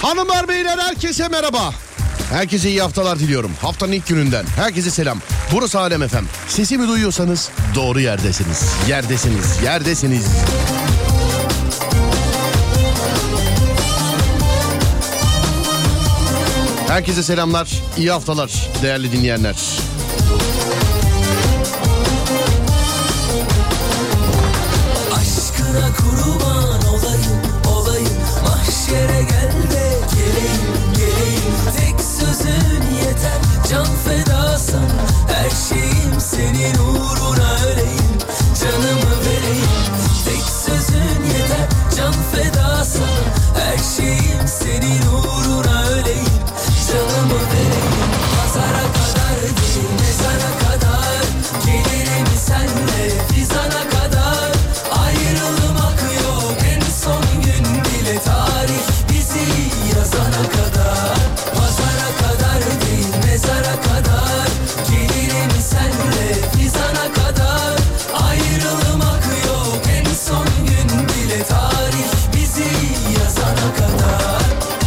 Hanımlar beyler herkese merhaba. Herkese iyi haftalar diliyorum. Haftanın ilk gününden herkese selam. Burası Alem FM. Sesimi duyuyorsanız doğru yerdesiniz. Yerdesiniz. Herkese selamlar, iyi haftalar değerli dinleyenler. Aşkına kurban olayım, mahşere gel de geleyim. Tek sözün yeter, can fedasın, her şeyim senin uğruna öleyim. Canımı vereyim, tek sözün yeter, can fedasın, her şeyim senin uğruna öleyim. Canımı vereyim, pazara kadar değil mezara kadar, gelirim senle fizana kadar. Ayrılmak yok en son gün bile, tarih bizi yazana kadar. Pazara kadar değil mezara kadar, gelirim senle fizana kadar. Ayrılmak yok en son gün bile, tarih bizi yazana kadar.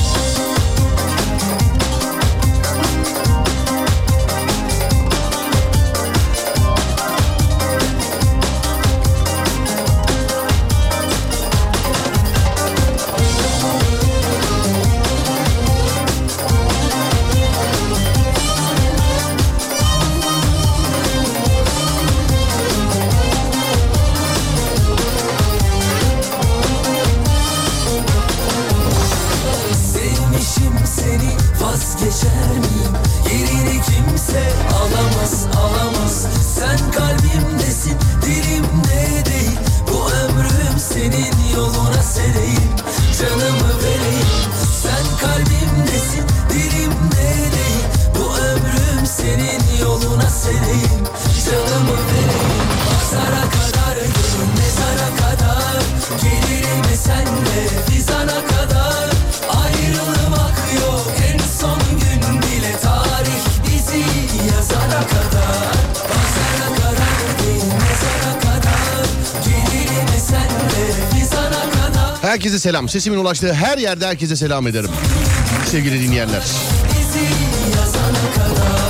Vazgeçer miyim? Yerini kimse alamaz. Sen kalbimdesin, dilimde değil. Bu ömrüm senin yoluna sereyim. Canımı vereyim. Sen kalbimdesin, dilimde değil. Bu ömrüm senin yoluna sereyim. Canımı vereyim. Pazara kadar gelin mezara kadar, gelirim senle fizana kadar. Ayrılmak yok en son gün bile, tarih bizi yazana kadar. Pazara kadar değil mezara kadar, gelirim senle fizana kadar. Herkese selam. Sesimin ulaştığı her yerde herkese selam ederim. Sevgili dinleyenler. Bizi yazana kadar.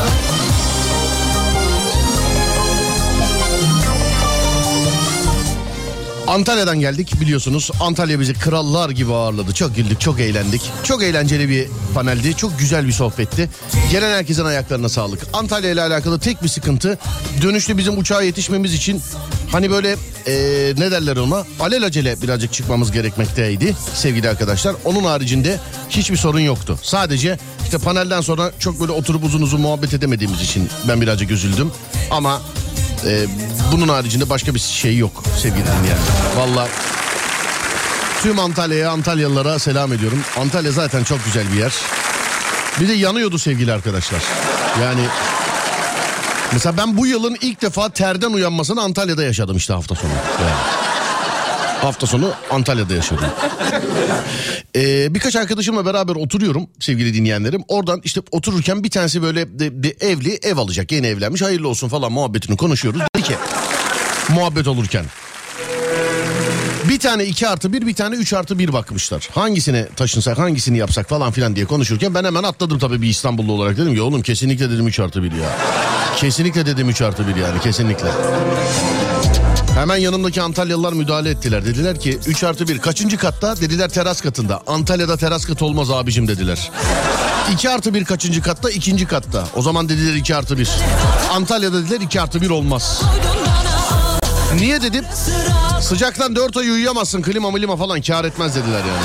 Antalya'dan geldik biliyorsunuz. Antalya bizi krallar gibi ağırladı. Çok güldük, çok eğlendik. Çok eğlenceli bir paneldi. Çok güzel bir sohbetti. Gelen herkesin ayaklarına sağlık. Antalya ile alakalı tek bir sıkıntı. Dönüşte bizim uçağa yetişmemiz için hani böyle ne derler ona? Alelacele birazcık çıkmamız gerekmekteydi sevgili arkadaşlar. Onun haricinde hiçbir sorun yoktu. Sadece işte panelden sonra çok böyle oturup uzun uzun muhabbet edemediğimiz için ben birazcık üzüldüm. Ama bunun haricinde başka bir şey yok sevgili dinleyenler. Vallahi tüm Antalya'ya, Antalyalılara selam ediyorum. Antalya zaten çok güzel bir yer. Bir de yanıyordu sevgili arkadaşlar. Yani mesela ben bu yılın ilk defa terden uyanmasını Antalya'da yaşadım işte hafta sonu. Yani. Hafta sonu Antalya'da yaşadım. Birkaç arkadaşımla beraber oturuyorum sevgili dinleyenlerim. Oradan işte otururken bir tanesi böyle evli, ev alacak, yeni evlenmiş, hayırlı olsun falan muhabbetini konuşuyoruz. Dedi ki muhabbet olurken bir tane 2+1, bir tane 3+1 bakmışlar. Hangisine taşınsak, hangisini yapsak falan filan diye konuşurken ben hemen atladım tabii bir İstanbullu olarak. Dedim ki oğlum kesinlikle dedim 3+1 ya. Kesinlikle dedim 3+1 yani, kesinlikle. Hemen yanımdaki Antalyalılar müdahale ettiler. Dediler ki 3+1 kaçıncı katta? Dediler teras katında. Antalya'da teras kat olmaz abicim dediler. 2+1 kaçıncı katta? İkinci katta. O zaman dediler 2+1. Antalya'da dediler 2+1 olmaz. Niye dedim? Sıcaktan 4 ay uyuyamazsın, klima falan kâr etmez dediler yani.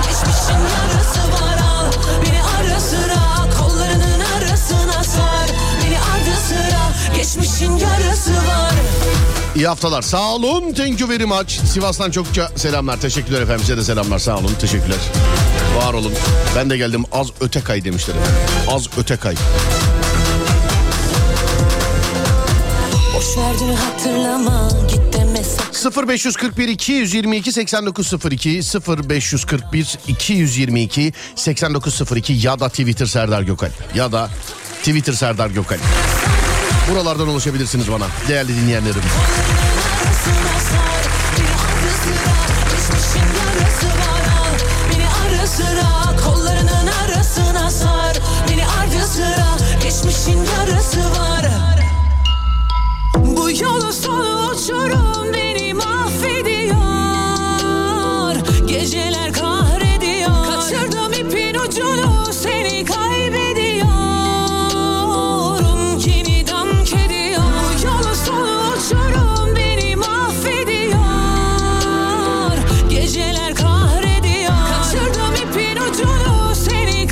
Geçmişin yarısı var. İyi haftalar. Sağ olun. Thank you very much. Sivas'tan çokça selamlar. Teşekkürler efendim. Size de selamlar. Sağ olun. Teşekkürler. Var olun. Ben de geldim. Az öte kay demişler efendim. Az öte kay. Boş verdiğini hatırlama. Git deme sakın. 0541 222 8902 0541 222 8902 ya da Twitter Serdar Gökalp. Ya da Twitter Serdar Gökalp. Buralardan ulaşabilirsiniz bana değerli dinleyenlerim. Beni ara sıra kollarının geçmişin yarası var. Bu yolu sonu uçurum beni mahvediyor. Geceler kahrediyor. Kaçırdım ipin ucunu, seni kaybediyorum. Kimi dank ediyor. Bu yolu sonu uçurum beni mahvediyor. Geceler kahrediyor. Kaçırdım ipin ucunu, seni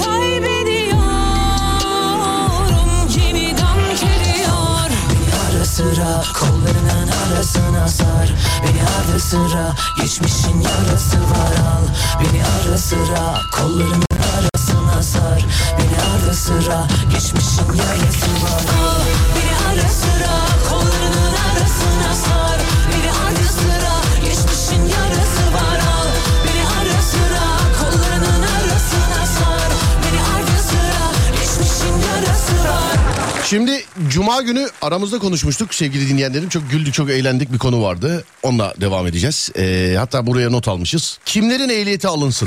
kaybediyorum. Kimi dank ediyor. Beni ara sıra kollarının arasına sar. Beni ara sıra geçmişin yarası var, al. Beni ara sıra kollarının arasına sar. Beni ara sıra geçmişin yarası var, al. Beni ara sıra kollarının arasına sar. Beni ara sıra geçmişin yarası var, al. Beni ara sıra kollarının arasına sar. Beni ara sıra geçmişin yarası var. Şimdi Cuma günü aramızda konuşmuştuk sevgili dinleyenlerim. Çok güldük, çok eğlendik, bir konu vardı. Onunla devam edeceğiz. Hatta buraya not almışız. Kimlerin ehliyeti alınsın?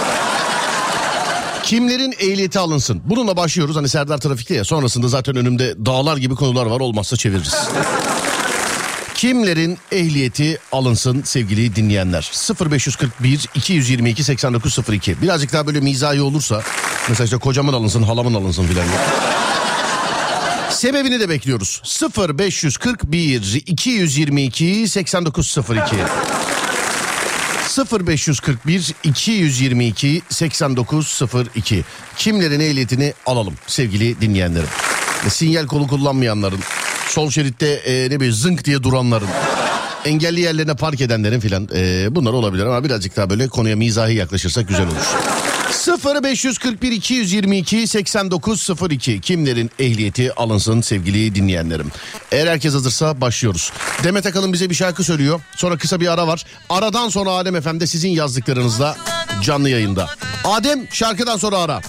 Kimlerin ehliyeti alınsın? Bununla başlıyoruz. Hani Serdar trafikte ya. Sonrasında zaten önümde dağlar gibi konular var. Olmazsa çeviririz. Kimlerin ehliyeti alınsın sevgili dinleyenler? 0541 222 8902. Birazcık daha böyle mizahi olursa, mesela işte kocamın alınsın, halamın alınsın filan. Sebebini de bekliyoruz. 0541 222 8902. 0541 222 8902. Kimlerin ehliyetini alalım sevgili dinleyenlerim? Sinyal kolu kullanmayanların, sol şeritte ne bileyim zınk diye duranların, engelli yerlerine park edenlerin filan, bunlar olabilir ama birazcık daha böyle konuya mizahi yaklaşırsak güzel olur. 0541 222 8902. Kimlerin ehliyeti alınsın sevgili dinleyenlerim? Eğer herkes hazırsa başlıyoruz. Demet Akalın bize bir şarkı söylüyor. Sonra kısa bir ara var. Aradan sonra Adem FM'de sizin yazdıklarınızla canlı yayında. Adem, şarkıdan sonra ara.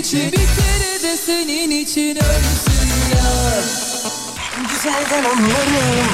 için, bir kere de senin için ölsün ya. Güzelden anlarım.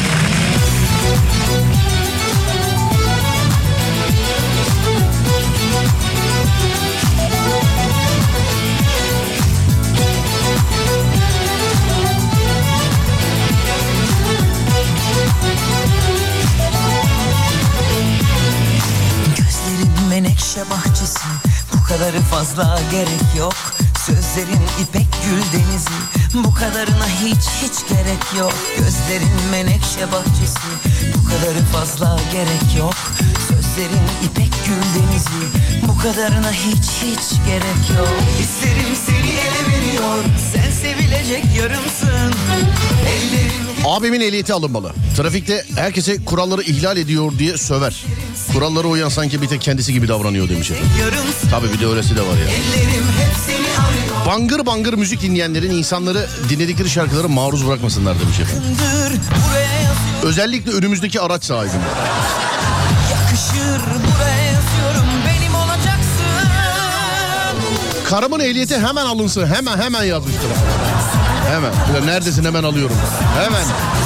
Gözlerin menekşe bahçesi, bu kadarı fazla gerek yok. Sözlerin ipek gül denizi, bu kadarına hiç gerek yok. Gözlerin menekşe bahçesi, bu kadarı fazla gerek yok. Sözlerin ipek gül denizi, bu kadarına hiç gerek yok. Hislerim seni ele veriyor, sen sevilecek yarımsın. Ellerim... Abimin ehliyeti alınmalı. Trafikte herkese kuralları ihlal ediyor diye söver. Kurallara uyan sanki bir tek kendisi gibi davranıyor demiş efendim. Tabii bir de öylesi de var ya. Bangır bangır müzik dinleyenlerin insanları dinledikleri şarkıları maruz bırakmasınlar demiş efendim. Özellikle önümüzdeki araç sahibine. Yakışır buraya yazıyorum, benim olacaksın. Karımın ehliyeti hemen alınsın, hemen yazmıştır. Hemen. Neredesin, hemen alıyorum. Hemen.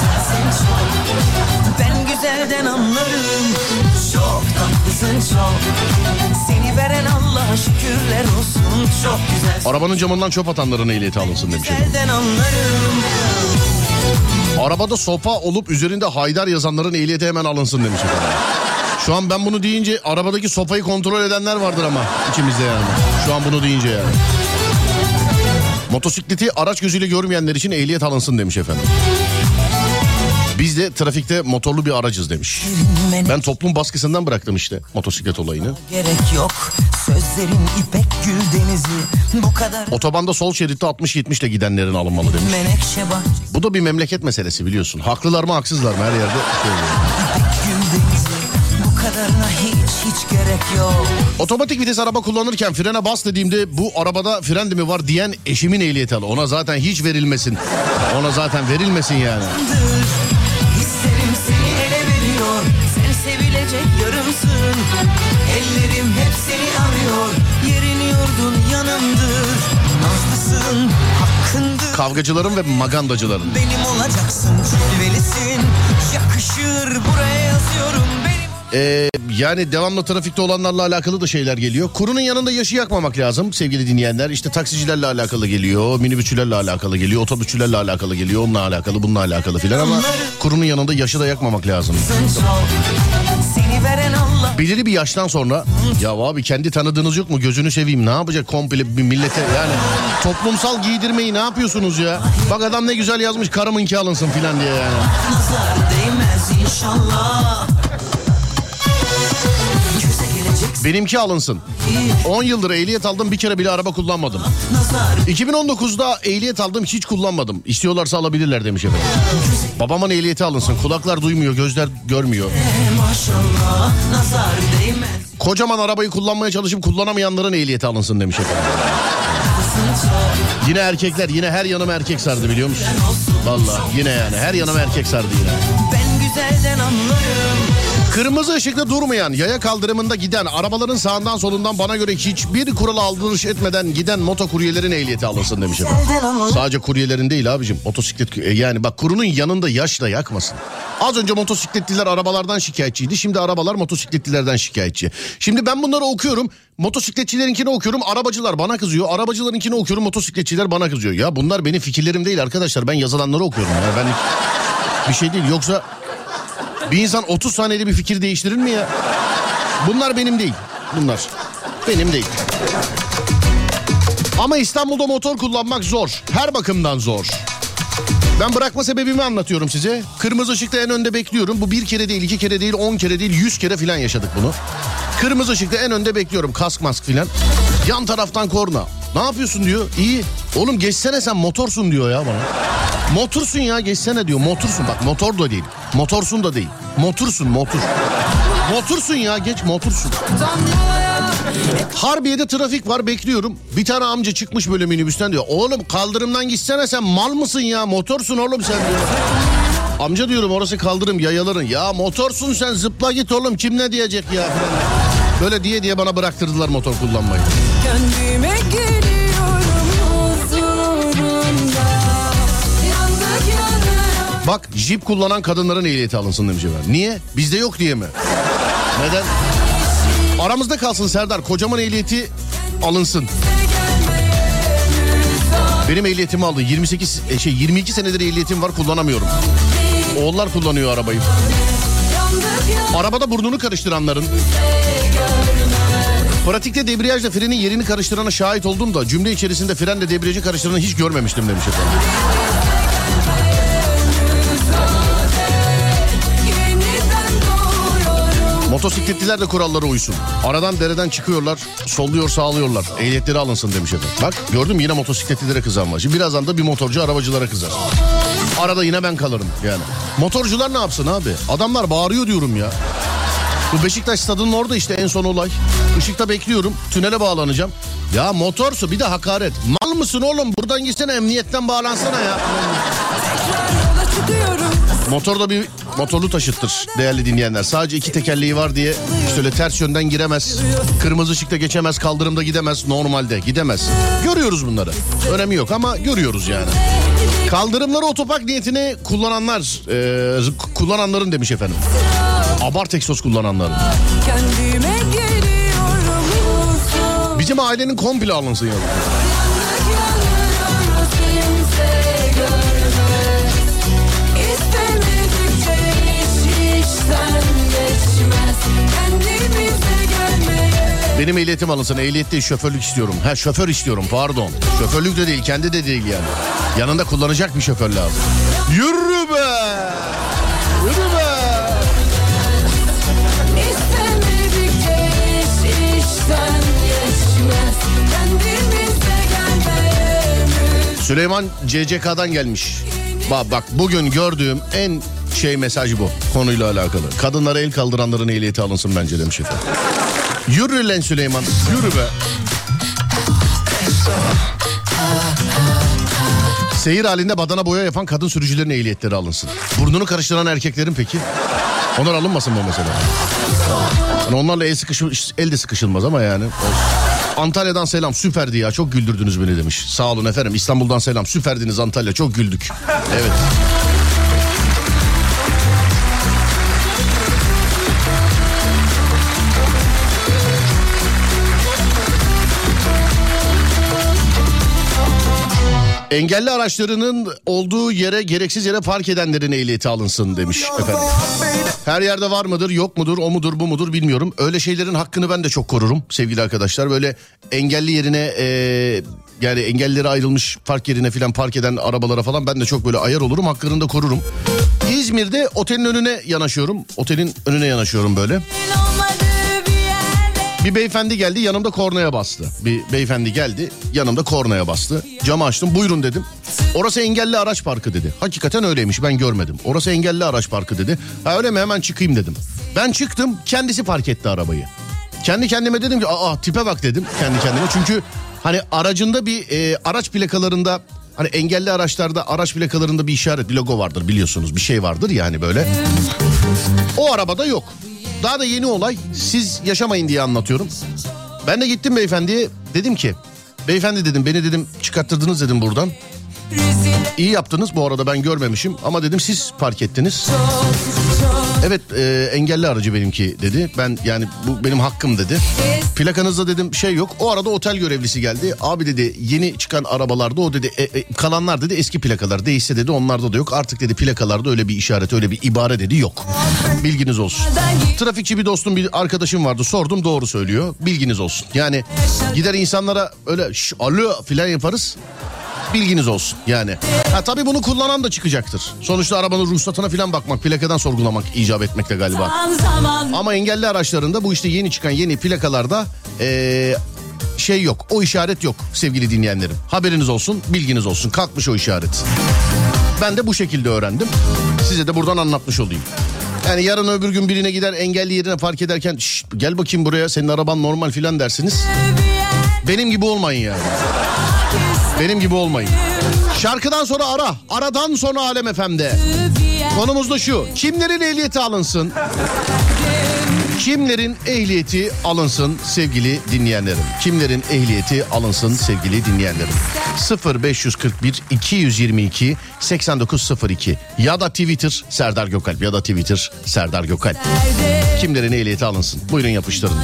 Ben güzelden anlarım. Çok tatlısın çok. Seni veren Allah'a şükürler olsun. Çok güzel. Arabanın camından çöp atanların ehliyeti alınsın demiş. Güzelden anlarım. Arabada sopa olup üzerinde Haydar yazanların ehliyeti hemen alınsın demiş efendim. Şu an ben bunu deyince arabadaki sopayı kontrol edenler vardır ama içimizde yani. Şu an bunu deyince yani. Motosikleti araç gözüyle görmeyenler için ehliyet alınsın demiş efendim. Biz de trafikte motorlu bir aracız demiş. Ben toplum baskısından bıraktım işte motosiklet olayını. Gerek yok. Sözlerin ipek gül denizi, bu kadar. Otobanda sol şeritte 60-70 ile gidenlerin alınmalı demiş. Menekşe bahçesi. Bu da bir memleket meselesi biliyorsun. Haklılar mı haksızlar mı her yerde şey oluyor. İpek gül denizi, bu kadarına hiç gerek yok. Otomatik vites araba kullanırken frene bas dediğimde bu arabada fren mi var diyen eşimin ehliyeti al. Ona zaten hiç verilmesin. Ona zaten verilmesin yani. Hislerim seni ele veriyor, sen sevilecek yarımsın. Ellerim hep seni arıyor, yerin yurdun yanımdır. Nazlısın, hakkındır. Kavgacıların ve magandacıların. Benim olacaksın, cilvelisin. Yakışır buraya yazıyorum benim. Yani devamlı trafikte olanlarla alakalı da şeyler geliyor. Kurunun yanında yaşı yakmamak lazım sevgili dinleyenler. İşte taksicilerle alakalı geliyor, minibüsçülerle alakalı geliyor, otobüsçülerle alakalı geliyor, onunla alakalı, bununla alakalı filan ama kurunun yanında yaşı da yakmamak lazım. Belirli bir yaştan sonra ya abi kendi tanıdığınız yok mu, gözünü seveyim, ne yapacak komple bir millete yani toplumsal giydirmeyi ne yapıyorsunuz ya? Bak adam ne güzel yazmış karımınki alınsın filan diye yani. Nazar değmez inşallah. Benimki alınsın. 10 yıldır ehliyet aldım, bir kere bile araba kullanmadım. 2019'da ehliyet aldım, hiç kullanmadım. İstiyorlarsa alabilirler demiş efendim. Babamın ehliyeti alınsın. Kulaklar duymuyor, gözler görmüyor. Maşallah, nazar değmez. Kocaman arabayı kullanmaya çalışıp kullanamayanların ehliyeti alınsın demiş efendim. Yine erkekler, yine her yanım erkek sardı biliyor musun? Vallahi yine yani her yanım erkek sardı yine. Ben güzelden anlarım. Kırmızı ışıkta durmayan, yaya kaldırımında giden, arabaların sağından solundan bana göre hiçbir kurala aldırış etmeden giden motokuryelerin ehliyeti alınsın demiş efendim. Sadece kuryelerin değil abicim, motosiklet yani bak kurunun yanında yaşla yakmasın. Az önce motosikletliler arabalardan şikayetçiydi, şimdi arabalar motosikletlilerden şikayetçi. Şimdi ben bunları okuyorum, motosikletçilerinkini okuyorum, arabacılar bana kızıyor, arabacılarınkini okuyorum, motosikletçiler bana kızıyor. Ya bunlar benim fikirlerim değil arkadaşlar, ben yazılanları okuyorum ya, ben bir şey değil, yoksa bir insan 30 saniyede bir fikir değiştirir mi ya? Bunlar benim değil. Bunlar benim değil. Ama İstanbul'da motor kullanmak zor. Her bakımdan zor. Ben bırakma sebebimi anlatıyorum size. Kırmızı ışıkta en önde bekliyorum. Bu bir kere değil, 2 kere değil, 10 kere değil, 100 kere filan yaşadık bunu. Kırmızı ışıkta en önde bekliyorum. Kask mask filan. Yan taraftan korna. Ne yapıyorsun diyor. İyi. Oğlum geçsene sen, motorsun diyor ya bana. Motorsun ya, geçsene diyor. Motorsun, bak motor da değil. Motorsun da değil. Motorsun, motor. Motorsun ya, geç motorsun. Harbiye'de trafik var, bekliyorum. Bir tane amca çıkmış böyle minibüsten diyor. Oğlum kaldırımdan gitsene sen, mal mısın ya? Motorsun oğlum sen diyor. Amca diyorum orası kaldırım yayaların. Ya motorsun sen, zıpla git oğlum, kim ne diyecek ya? Böyle diye bana bıraktırdılar motor kullanmayı. Kendime geliyorum. Bak, jip kullanan kadınların ehliyeti alınsın demiş efendim. Niye? Bizde yok diye mi? Neden? Aramızda kalsın Serdar, kocamın ehliyeti alınsın. Benim ehliyetimi aldı. 22 senedir ehliyetim var, kullanamıyorum. Oğullar kullanıyor arabayı. Arabada burnunu karıştıranların, pratikte debriyajla frenin yerini karıştırana şahit oldum da cümle içerisinde frenle debriyajı karıştıranı hiç görmemiştim demiş efendim. Motosikletliler de kurallara uysun. Aradan dereden çıkıyorlar, solluyor sağlıyorlar. Ehliyetleri alınsın demiş efendim. Bak gördüm, yine motosikletlilere kızan var. Şimdi birazdan da bir motorcu arabacılara kızar. Arada yine ben kalırım yani. Motorcular ne yapsın abi? Adamlar bağırıyor diyorum ya. Bu Beşiktaş stadının orada işte en son olay. Işıkta bekliyorum, tünele bağlanacağım. Ya motorsu, bir de hakaret. Mal mısın oğlum? Buradan gitsene, emniyetten bağlansana ya. Motor da bir motorlu taşıttır değerli dinleyenler. Sadece 2 tekerleği var diye işte öyle ters yönden giremez. Kırmızı ışıkta geçemez, kaldırımda gidemez, normalde gidemez. Görüyoruz bunları. Önemi yok ama görüyoruz yani. Kaldırımları otopark niyetine kullananların demiş efendim. Abart egzoz kullananların. Bizim ailenin komple alınsın ya. Benim ehliyetim alınsın. Ehliyet değil, şoförlük istiyorum. Şoför istiyorum, pardon. Şoförlük de değil, kendi de değil yani. Yanında kullanacak bir şoför lazım. Yürü be! Yürü be! Süleyman CCK'dan gelmiş. Bak bugün gördüğüm en mesaj bu konuyla alakalı. Kadınlara el kaldıranların ehliyeti alınsın bence demiş efendim. Yürü lan Süleyman, yürü be. Seyir halinde badana boya yapan kadın sürücülerin ehliyetleri alınsın. Burnunu karıştıran erkeklerin peki? Onlar alınmasın mı mesela? Yani onlarla el de sıkışılmaz ama yani. Antalya'dan selam, süperdi ya, çok güldürdünüz beni demiş. Sağ olun efendim. İstanbul'dan selam, süperdiniz Antalya, çok güldük. Evet. Engelli araçlarının olduğu yere gereksiz yere park edenlerin ehliyeti alınsın demiş efendim. Her yerde var mıdır, yok mudur, o mudur, bu mudur bilmiyorum. Öyle şeylerin hakkını ben de çok korurum sevgili arkadaşlar. Böyle engelli yerine yani engellilere ayrılmış park yerine falan park eden arabalara falan ben de çok böyle ayar olurum, haklarını da korurum. İzmir'de otelin önüne yanaşıyorum. Otelin önüne yanaşıyorum böyle. Bir beyefendi geldi, yanımda kornaya bastı. Bir beyefendi geldi, yanımda kornaya bastı. Camı açtım, buyurun dedim. Orası engelli araç parkı dedi. Hakikaten öyleymiş, ben görmedim. Orası engelli araç parkı dedi. Ha öyle mi, hemen çıkayım dedim. Ben çıktım, kendisi park etti arabayı. Kendi kendime dedim ki tipe bak dedim kendi kendime. Çünkü hani aracında bir araç plakalarında, hani engelli araçlarda araç plakalarında bir işaret, bir logo vardır biliyorsunuz. Bir şey vardır yani böyle. O arabada yok. Daha da yeni olay, siz yaşamayın diye anlatıyorum. Ben de gittim beyefendiye, dedim ki beyefendi dedim, beni dedim çıkarttırdınız dedim buradan. İyi yaptınız, bu arada ben görmemişim ama dedim siz park ettiniz. Evet engelli aracı benimki dedi. Ben yani bu benim hakkım dedi. Plakanızda dedim şey yok. O arada otel görevlisi geldi. Abi dedi yeni çıkan arabalarda o dedi kalanlar dedi eski plakalar. Değişse dedi onlarda da yok. Artık dedi plakalarda öyle bir işaret, öyle bir ibare dedi yok. Bilginiz olsun. Trafikçi bir dostum, bir arkadaşım vardı, sordum, doğru söylüyor. Bilginiz olsun. Yani gider insanlara öyle alo filan yaparız. Bilginiz olsun yani. Tabii bunu kullanan da çıkacaktır. Sonuçta arabanın ruhsatına falan bakmak, plakadan sorgulamak icap etmekte galiba. Ama engelli araçlarında bu işte yeni çıkan yeni plakalarda şey yok. O işaret yok sevgili dinleyenlerim. Haberiniz olsun, bilginiz olsun. Kalkmış o işaret. Ben de bu şekilde öğrendim. Size de buradan anlatmış olayım. Yani yarın öbür gün birine gider engelli yerine park ederken gel bakayım buraya, senin araban normal filan dersiniz. Benim gibi olmayın yani. Benim gibi olmayın. Şarkıdan sonra aradan sonra Alem FM'de. Konumuz da şu: kimlerin ehliyeti alınsın? Kimlerin ehliyeti alınsın sevgili dinleyenlerim? Kimlerin ehliyeti alınsın sevgili dinleyenlerim? 0541 222 8902 ya da Twitter Serdar Gökalp ya da Twitter Serdar Gökalp. Kimlerin ehliyeti alınsın? Buyurun yapıştırın.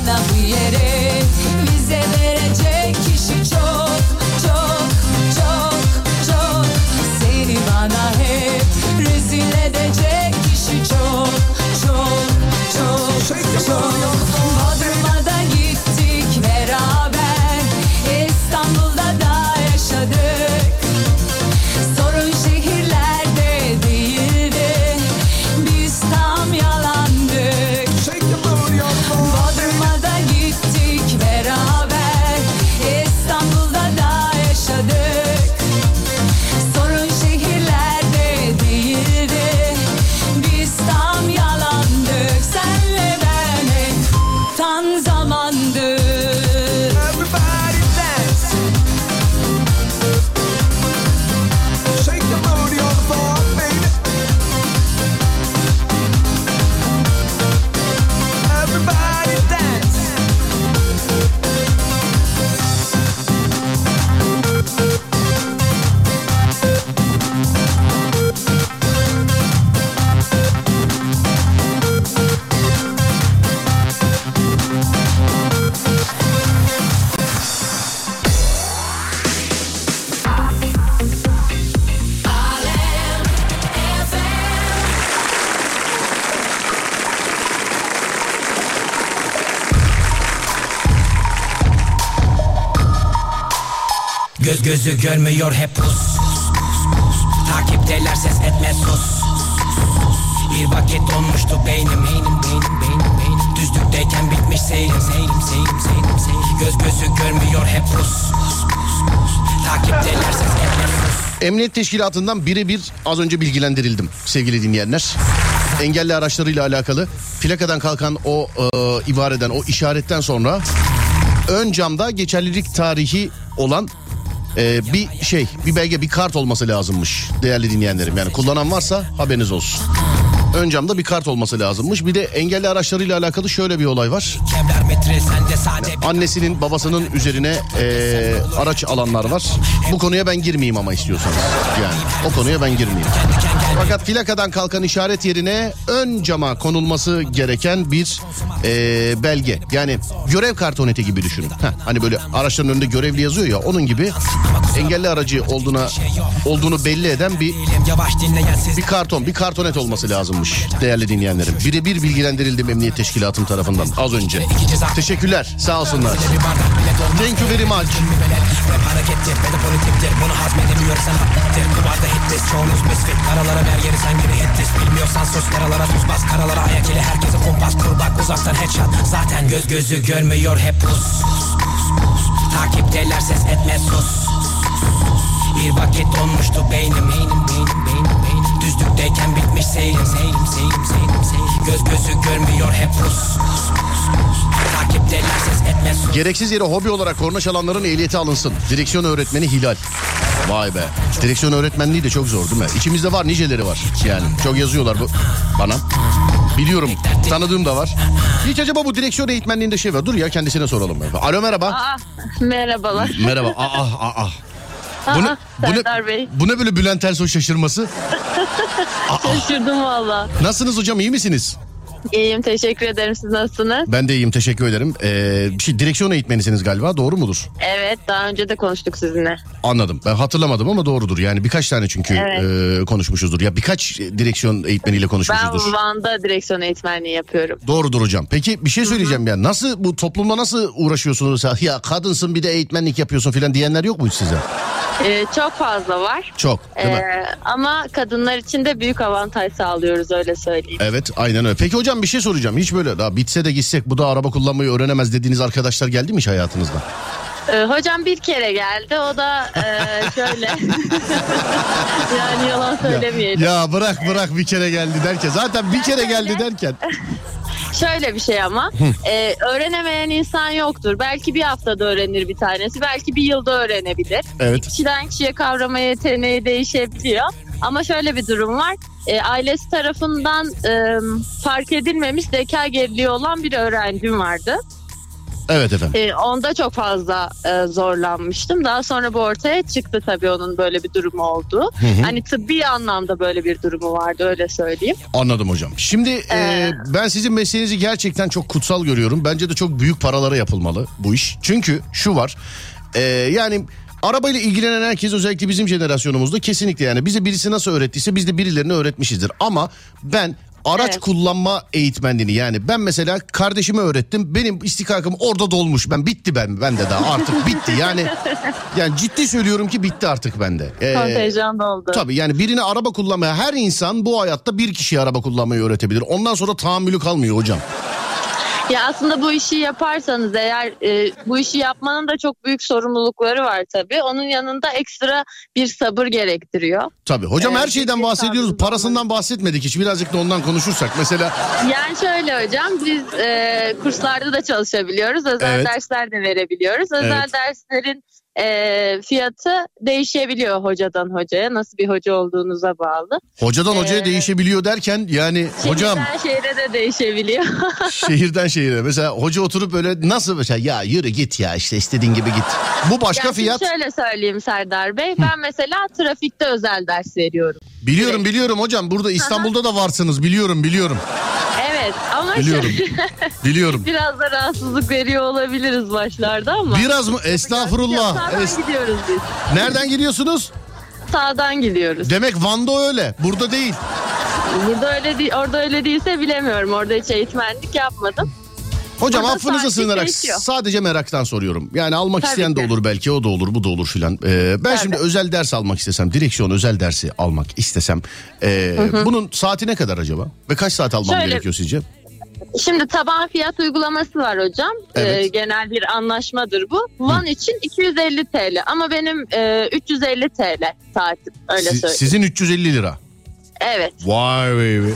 Bize verecek kişi çok çok çok çok. Seni bana hep rezil edecek kişi çok çok çok çok. Bodrum'a da gittik beraber, İstanbul'da da yaşadık. Sorun şehirlerde değildi, biz tam yalandık. Bodrum'a da gittik beraber, İstanbul'da da yaşadık. Sorun şehirlerde değildi, biz tam yalandık. Senle ben hep tam zamandık. Everybody dance. Shake the booty on the floor, baby. Everybody dance. Göz gözü görmüyor hep pus. Takipteler ses etmez sus. Bir vakit donmuştu beynim. Düzlükteyken bitmiş seyrim. Göz gözü görmüyor hep pus. Takipteler ses etmez sus. Emniyet Teşkilatı'ndan birebir az önce bilgilendirildim sevgili dinleyenler. Engelli araçlarıyla alakalı plakadan kalkan o ibareden, o işaretten sonra ön camda geçerlilik tarihi olan bir belge, bir kart olması lazımmış değerli dinleyenlerim. Yani kullanan varsa haberiniz olsun. Ön camda bir kart olması lazımmış. Bir de engelli araçlarıyla alakalı şöyle bir olay var. Yani annesinin babasının üzerine araç alanlar var. Bu konuya ben girmeyeyim ama istiyorsanız. Yani o konuya ben girmeyeyim. Fakat plakadan kalkan işaret yerine ön cama konulması gereken bir belge. Yani görev kartoneti gibi düşünün. Hani böyle araçların önünde görevli yazıyor ya, onun gibi engelli aracı olduğunu belli eden bir karton, bir kartonet olması lazımmış değerli dinleyenlerim. Birebir bilgilendirildim Emniyet Teşkilatım tarafından az önce. Teşekkürler, sağ olsunlar. Thank you very much. Bunu hazmedemiyorsan kubarda hitlis, çoğunuz misfit. Karalara ver yeri sen gibi hitlis. Bilmiyorsan sus, karalara tuz bas. Karalara ayak ile herkese kumpas kur, bak uzaktan headshot. Zaten göz gözü görmüyor hep pus. Takipteler ses etmez sus. Bir vakit donmuştu beynim. Düzlükteyken bitmiş seyrim. Göz gözü görmüyor hep pus. Takipteler ses etmez sus. Gereksiz yere hobi olarak korna çalanların ehliyeti alınsın. Direksiyon öğretmeni Hilal. Vay be. Direksiyon öğretmenliği de çok zor değil mi? İçimizde var, niceleri var. Yani çok yazıyorlar bu bana. Biliyorum, tanıdığım da var. Hiç acaba bu direksiyon eğitmenliğinde şey var? Dur ya, kendisine soralım. Alo, merhaba. Merhabalar. Merhaba. Serdar Bey. Bu ne böyle Bülent Ersoy şaşırması? Şaşırdım valla. Nasılsınız hocam, iyi misiniz? İyiyim, teşekkür ederim. Siz nasılsınız? Ben de iyiyim, teşekkür ederim. Direksiyon eğitmenisiniz galiba, doğru mudur? Evet, daha önce de konuştuk sizinle. Anladım. Ben hatırlamadım ama doğrudur. Yani birkaç tane çünkü konuşmuşuzdur. Ya birkaç direksiyon eğitmeniyle konuşmuşuzdur. Ben Van'da direksiyon eğitmenliği yapıyorum. Doğrudur hocam. Peki bir şey söyleyeceğim ya. Nasıl, bu toplumda nasıl uğraşıyorsunuz? Ya kadınsın bir de eğitmenlik yapıyorsun filan diyenler yok mu hiç size? Çok fazla var. Çok, değil mi? Ama kadınlar için de büyük avantaj sağlıyoruz, öyle söyleyeyim. Evet, aynen öyle. Peki hocam bir şey soracağım. Hiç böyle daha bitse de gitsek bu da araba kullanmayı öğrenemez dediğiniz arkadaşlar geldi mi hiç hayatınızda? Hocam bir kere geldi, o da şöyle. Yani yalan söylemeyelim. Ya bırak bir kere geldi derken. Zaten bir kere geldi derken. Şöyle bir şey ama öğrenemeyen insan yoktur. Belki bir haftada öğrenir bir tanesi, belki bir yılda öğrenebilir. Evet. Kişiden kişiye kavrama yeteneği değişebiliyor. Ama şöyle bir durum var. Ailesi tarafından fark edilmemiş zeka geriliği olan bir öğrencim vardı. Evet efendim. Onda çok fazla zorlanmıştım. Daha sonra bu ortaya çıktı tabii onun böyle bir durumu olduğu. Hani tıbbi anlamda böyle bir durumu vardı, öyle söyleyeyim. Anladım hocam. Şimdi ben sizin mesleğinizi gerçekten çok kutsal görüyorum. Bence de çok büyük paralara yapılmalı bu iş. Çünkü şu var. Yani arabayla ilgilenen herkes, özellikle bizim jenerasyonumuzda kesinlikle, yani bize birisi nasıl öğrettiyse biz de birilerine öğretmişizdir. Ama ben araç kullanma eğitmenliğini, yani ben mesela kardeşime öğrettim. Benim istihkakım orada dolmuş. Ben de daha artık bitti. Yani ciddi söylüyorum ki bitti artık bende. Kontenjan doldu. Tabii yani birine araba kullanmaya, her insan bu hayatta bir kişiye araba kullanmayı öğretebilir. Ondan sonra tahammülü kalmıyor hocam. Ya aslında bu işi yaparsanız eğer bu işi yapmanın da çok büyük sorumlulukları var tabii. Onun yanında ekstra bir sabır gerektiriyor. Tabii hocam, her şeyden bahsediyoruz. Parasından bahsetmedik hiç. Birazcık da ondan konuşursak mesela. Yani şöyle hocam, biz kurslarda da çalışabiliyoruz. Özel dersler de verebiliyoruz. Özel derslerin fiyatı değişebiliyor hocadan hocaya. Nasıl bir hoca olduğunuza bağlı. Hocadan hocaya değişebiliyor derken yani hocam. Şehirden şehire de değişebiliyor. Şehirden şehire. Mesela hoca oturup böyle nasıl mesela, ya yürü git ya, işte istediğin gibi git. Bu başka yani fiyat. Şöyle söyleyeyim Serdar Bey. Ben mesela trafikte özel ders veriyorum. Biliyorum hocam. Burada İstanbul'da da varsınız. Biliyorum. Evet ama Biliyorum. biraz da rahatsızlık veriyor olabiliriz başlarda ama. Biraz mı? Estağfurullah. Sağdan gidiyoruz biz. Nereden gidiyorsunuz? Sağdan gidiyoruz. Demek Van'da öyle. Burada değil. Burada öyle değil, orada öyle değilse bilemiyorum. Orada hiç eğitmenlik yapmadım. Hocam orada affınıza sığınarak değişiyor. Sadece meraktan soruyorum. Yani almak Tabii isteyen de ki. olur belki, o da olur, bu da olur filan. Ben şimdi özel ders almak istesem, direksiyon özel dersi almak istesem bunun saati ne kadar acaba? Ve kaç saat almam gerekiyor sizce? Şimdi taban fiyat uygulaması var hocam. Evet. Genel bir anlaşmadır bu. Van için 250 TL ama benim 350 TL saatim, öyle söyleyeyim. Sizin 350 lira. Evet. Vay be.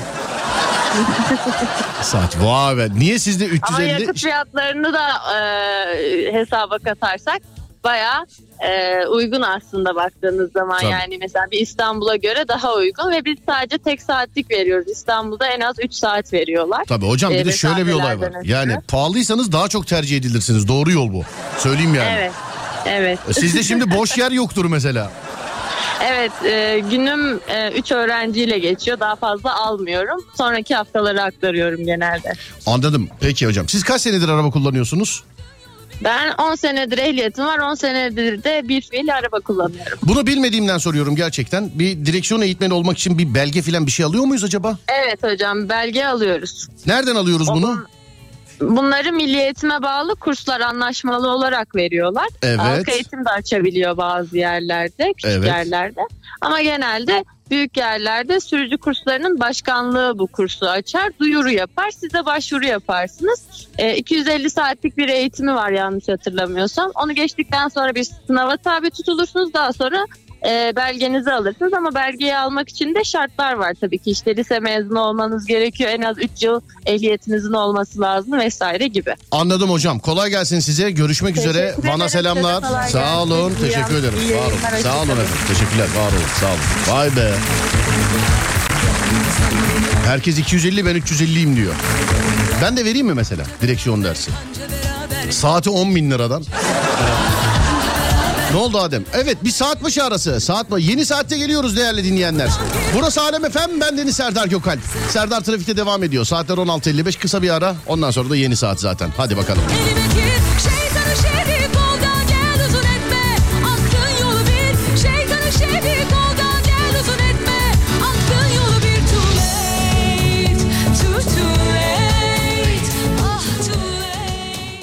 Saat vay be. Niye sizde 350? Ama yakıt fiyatlarını da hesaba katarsak bayağı uygun aslında baktığınız zaman. Tabii. Yani mesela bir İstanbul'a göre daha uygun ve biz sadece tek saatlik veriyoruz. İstanbul'da en az 3 saat veriyorlar. Tabii hocam, bir de şöyle bir olay var. Yani pahalıysanız daha çok tercih edilirsiniz. Doğru yol bu. Söyleyeyim yani. Evet. Sizde şimdi boş yer yoktur mesela. Evet, günüm 3 öğrenciyle geçiyor. Daha fazla almıyorum. Sonraki haftaları aktarıyorum genelde. Anladım. Peki hocam. Siz kaç senedir araba kullanıyorsunuz? Ben 10 senedir ehliyetim var. 10 senedir de bir fiil araba kullanıyorum. Bunu bilmediğimden soruyorum gerçekten. Bir direksiyon eğitmeni olmak için bir belge falan bir şey alıyor muyuz acaba? Evet hocam, belge alıyoruz. Nereden alıyoruz bunu? Bunları milli eğitime bağlı kurslar anlaşmalı olarak veriyorlar. Evet. Halk eğitim de açabiliyor bazı yerlerde, küçük yerlerde. Ama genelde büyük yerlerde sürücü kurslarının başkanlığı bu kursu açar, duyuru yapar, size başvuru yaparsınız. 250 saatlik bir eğitimi var yanlış hatırlamıyorsam. Onu geçtikten sonra bir sınava tabi tutulursunuz, daha sonra belgenizi alırsınız ama belgeyi almak için de şartlar var tabii ki. İşte lise mezunu olmanız gerekiyor, en az 3 yıl ehliyetinizin olması lazım vesaire gibi. Anladım hocam. Kolay gelsin size. Görüşmek üzere. Teşekkür Bana ederim. selamlar. Kolay Sağ olun. gelsin. Teşekkür ederim. İyi Var olun. yayınlar, Sağ olun hoşça kalın. efendim. Teşekkürler. Var olun. Sağ olun. Vay be. Herkes 250, ben 350'yim diyor. Ben de vereyim mi mesela direksiyon dersi? Saati 10.000 liradan. Ne oldu Adem? Evet, bir saat başı arası. Saat mi? Yeni saatte geliyoruz değerli dinleyenler. Burası Alem FM, ben Deniz Serdar Gökalp. Serdar Trafik'te devam ediyor. Saatler 16.55, kısa bir ara. Ondan sonra da yeni saat zaten. Hadi bakalım. Şeytanı şerik oldan gel uzun etme. Aklın yolu bir. Şeytanı şerik oldan gel uzun etme. Aklın yolu bir. Too late, too late. Ah too late.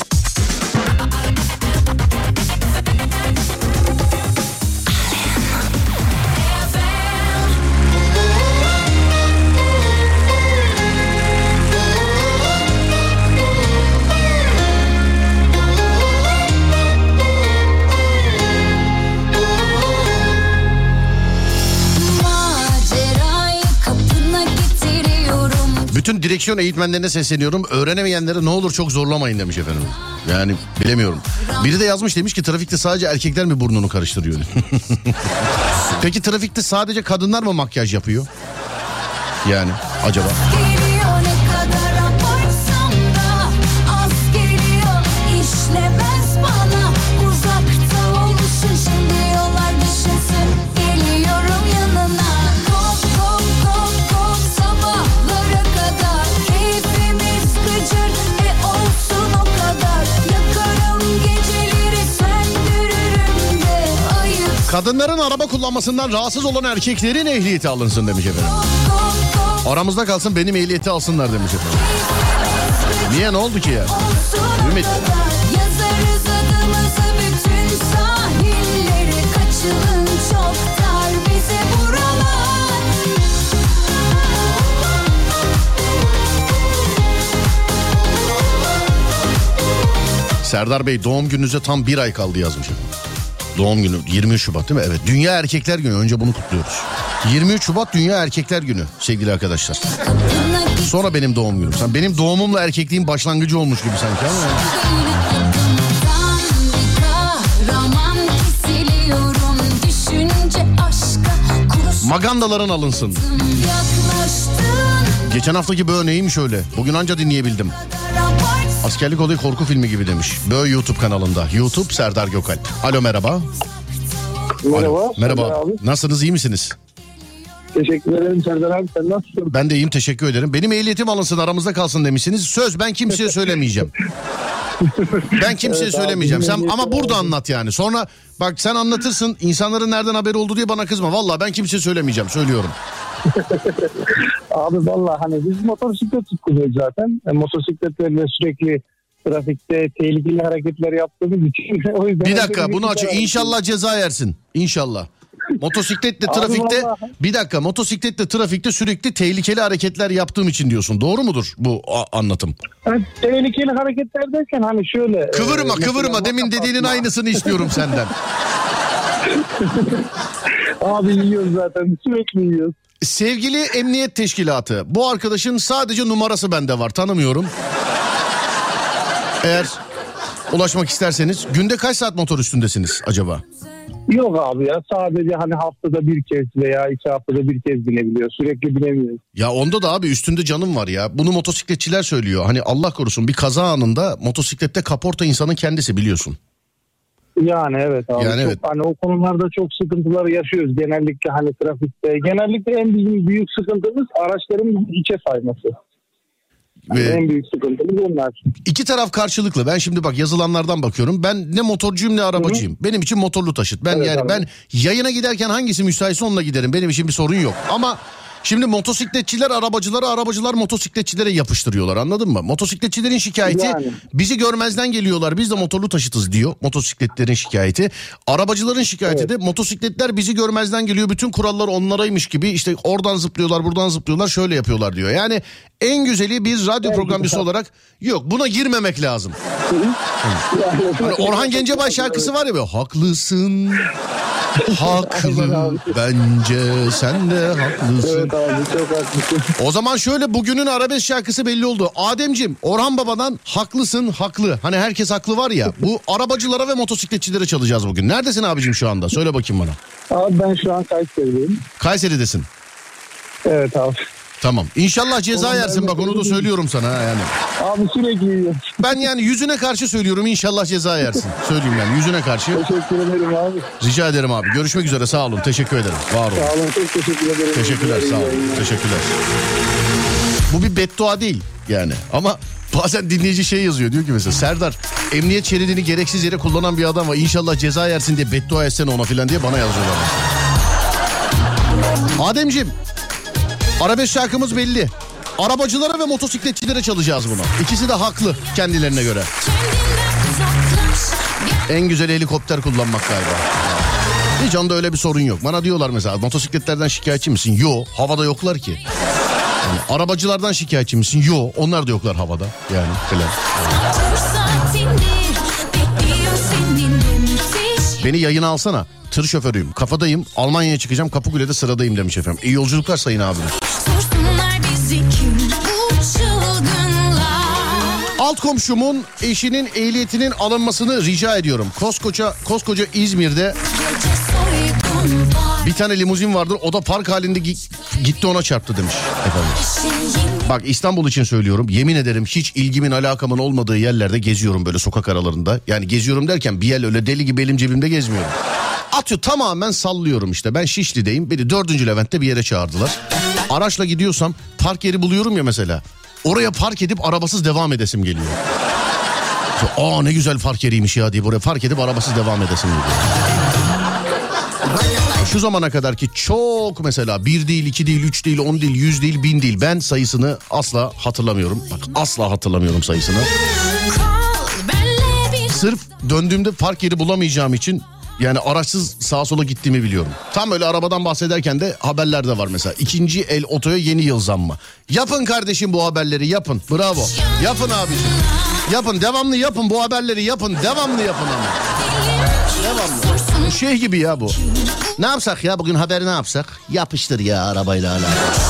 Macerayı kapına getiriyorum. Bütün direksiyon eğitmenlerine sesleniyorum. Öğrenemeyenleri ne olur çok zorlamayın demiş efendim. Yani bilemiyorum. Biri de yazmış, demiş ki trafikte sadece erkekler mi burnunu karıştırıyor? Peki trafikte sadece kadınlar mı makyaj yapıyor? Yani acaba? Kadınların araba kullanmasından rahatsız olan erkeklerin ehliyeti alınsın demiş efendim. Aramızda kalsın, benim ehliyeti alsınlar demiş efendim. Niye, ne oldu ki ya? Ümit. Yazarız adımızı bütün sahillere, kaçılın çok dar bize buralar. Serdar Bey, doğum gününüze tam 1 ay kaldı yazmış efendim. Doğum günü 23 Şubat değil mi? Evet. Dünya Erkekler Günü. Önce bunu kutluyoruz. 23 Şubat Dünya Erkekler Günü sevgili arkadaşlar. Sonra benim doğum günüm. Sen benim doğumumla erkekliğin başlangıcı olmuş gibi sanki ama. Magandaların alınsın. Geçen haftaki Bö neymiş öyle? Bugün anca dinleyebildim. Askerlik olayı korku filmi gibi demiş. Bö YouTube kanalında. YouTube Serdar Gökalp. Alo, merhaba. Merhaba. Alo. Merhaba. Nasılsınız, iyi misiniz? Teşekkür ederim Serdar abi, sen nasılsın? Ben de iyiyim, teşekkür ederim. Benim ehliyetim alınsın, aramızda kalsın demişsiniz. Söz, ben kimseye söylemeyeceğim. Ben kimseye söylemeyeceğim. Sen ama burada anlat yani. Sonra bak sen anlatırsın, insanların nereden haberi oldu diye bana kızma. Vallahi ben kimseye söylemeyeceğim, söylüyorum. Abi vallahi hani biz motosiklet kullanıyoruz zaten. Motosikletlerle sürekli trafikte tehlikeli hareketler yaptığımız için. O yüzden bir dakika, bunu aç. İnşallah ceza yersin. İnşallah. Motosikletle trafikte bir dakika, motosikletle trafikte sürekli tehlikeli hareketler yaptığım için diyorsun. Doğru mudur bu anlatım? Yani tehlikeli hareketler derken hani şöyle. Kıvırma demin dediğinin aynısını istiyorum senden. Abi yiyoruz zaten, sürekli yiyoruz. Sevgili Emniyet Teşkilatı, bu arkadaşın sadece numarası bende var, tanımıyorum. Eğer ulaşmak isterseniz, günde kaç saat motor üstündesiniz acaba? Yok abi ya, sadece hani haftada bir kez veya 2 haftada bir kez binebiliyor. Sürekli binemiyoruz. Ya onda da abi üstünde canım var ya. Bunu motosikletçiler söylüyor. Hani Allah korusun bir kaza anında motosiklette kaporta insanın kendisi, biliyorsun. Yani evet abi. Yani çok, evet. Hani o konularda çok sıkıntılar yaşıyoruz. Genellikle hani trafikte. Genellikle en bizim büyük sıkıntımız araçların içe sayması. En büyük sıkıntımız onlar. İki taraf karşılıklı. Ben şimdi bak yazılanlardan bakıyorum. Ben ne motorcuyum ne arabacıyım. Hı-hı. Benim için motorlu taşıt. Ben evet, yani abi. Ben yayına giderken hangisi müsaitse onunla giderim. Benim için bir sorun yok. Ama şimdi motosikletçiler arabacılara, arabacılar motosikletçilere yapıştırıyorlar, anladın mı? Motosikletçilerin şikayeti yani. Bizi görmezden geliyorlar, biz de motorlu taşıtız diyor motosikletlerin şikayeti. Arabacıların şikayeti evet. De motosikletler bizi görmezden geliyor, bütün kurallar onlaraymış gibi, işte oradan zıplıyorlar buradan zıplıyorlar, şöyle yapıyorlar diyor. Yani en güzeli bir radyo programcısı olarak yok, buna girmemek lazım. Hani Orhan Gencebay şarkısı var ya böyle, haklısın. Haklı bence, sen de haklısın. Evet abi, çok haklısın. O zaman şöyle, bugünün arabesk şarkısı belli oldu. Ademciğim, Orhan Baba'dan haklısın haklı. Hani herkes haklı var ya, bu arabacılara ve motosikletçilere çalacağız bugün. Neredesin abicim şu anda? Söyle bakayım bana. Abi ben şu an Kayseri'deyim. Kayseri'desin. Evet abi. Tamam. İnşallah ceza yersin, bak onu da söylüyorum sana yani. Abi sürekli yiyorum. Ben yani yüzüne karşı söylüyorum, inşallah ceza yersin. Söyleyeyim ben yüzüne karşı. Teşekkür ederim abi. Rica ederim abi. Görüşmek üzere, sağ olun. Teşekkür ederim. Var olun. Sağ olun, çok teşekkür ederim. Teşekkürler, sağ olun. Teşekkürler. Bu bir beddua değil yani, ama bazen dinleyici şey yazıyor, diyor ki mesela, Serdar emniyet şeridini gereksiz yere kullanan bir adam var, İnşallah ceza yersin diye beddua etsene ona filan diye bana yazıyorlar. Ademciğim, arabesk şarkımız belli. Arabacılara ve motosikletçilere çalacağız bunu. İkisi de haklı kendilerine göre. En güzel helikopter kullanmak galiba. Hiç onda öyle bir sorun yok. Bana diyorlar mesela, motosikletlerden şikayetçi misin? Yo, havada yoklar ki. Yani, arabacılardan şikayetçi misin? Yo, onlar da yoklar havada. Yani falan. Beni yayına alsana. Tır şoförüyüm, kafadayım, Almanya'ya çıkacağım, Kapıkule'de sıradayım demiş efendim. İyi yolculuklar sayın abimiz. Alt komşumun eşinin ehliyetinin alınmasını rica ediyorum. Koskoca İzmir'de bir tane limuzin vardır. O da park halinde gitti ona çarptı demiş efendim. Bak İstanbul için söylüyorum. Yemin ederim hiç ilgimin alakamın olmadığı yerlerde geziyorum böyle sokak aralarında. Yani geziyorum derken bir yer öyle deli gibi elim cebimde gezmiyorum. Atıyor tamamen sallıyorum işte. Ben Şişli'deyim. Beni 4. Levent'te bir yere çağırdılar. Araçla gidiyorsam park yeri buluyorum ya mesela. Oraya park edip arabasız devam edesim geliyor. Aa ne güzel park yeriymiş ya diye buraya park edip arabasız devam edesim geliyor. Şu zamana kadar ki çok mesela 1 değil, 2 değil, 3 değil, 10 değil, 100 değil, 1000 değil. Ben sayısını asla hatırlamıyorum. Bak asla hatırlamıyorum sayısını. Sırf döndüğümde park yeri bulamayacağım için yani araçsız sağa sola gittiğimi biliyorum. Tam öyle arabadan bahsederken de haberlerde var mesela. 2. el otoya yeni yıl zammı. Yapın kardeşim bu haberleri yapın. Bravo. Yapın abiciğim. Yapın devamlı yapın bu haberleri yapın. Devamlı yapın ama. Devamlı. Şey gibi ya bu. Ne yapsak ya bugün haberi ne yapsak? Yapıştır ya arabayla alakalı.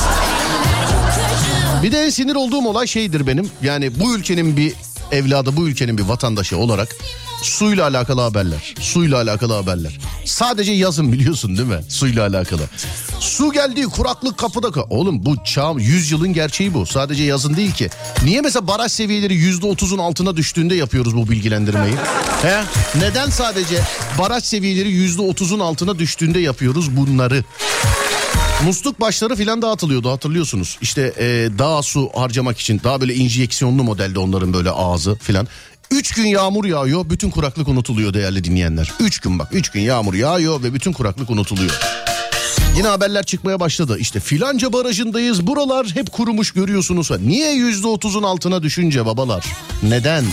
Bir de en sinir olduğum olay şeydir benim. Yani bu ülkenin bir evladı, bu ülkenin bir vatandaşı olarak suyla alakalı haberler. Suyla alakalı haberler. Sadece yazın biliyorsun değil mi? Suyla alakalı. Su geldi, kuraklık kapıda. Oğlum bu çağ 100 yılın gerçeği bu. Sadece yazın değil ki. Niye mesela baraj seviyeleri %30'un altına düştüğünde yapıyoruz bu bilgilendirmeyi? He? Neden sadece baraj seviyeleri %30'un altına düştüğünde yapıyoruz bunları? Musluk başları filan dağıtılıyordu hatırlıyorsunuz. İşte daha su harcamak için daha böyle enjeksiyonlu modelde onların böyle ağzı filan. 3 gün yağmur yağıyor, bütün kuraklık unutuluyor değerli dinleyenler. 3 gün bak 3 gün yağmur yağıyor ve bütün kuraklık unutuluyor. Yine haberler çıkmaya başladı. İşte filanca barajındayız, buralar hep kurumuş görüyorsunuz. Niye %30'un altına düşünce babalar? Neden?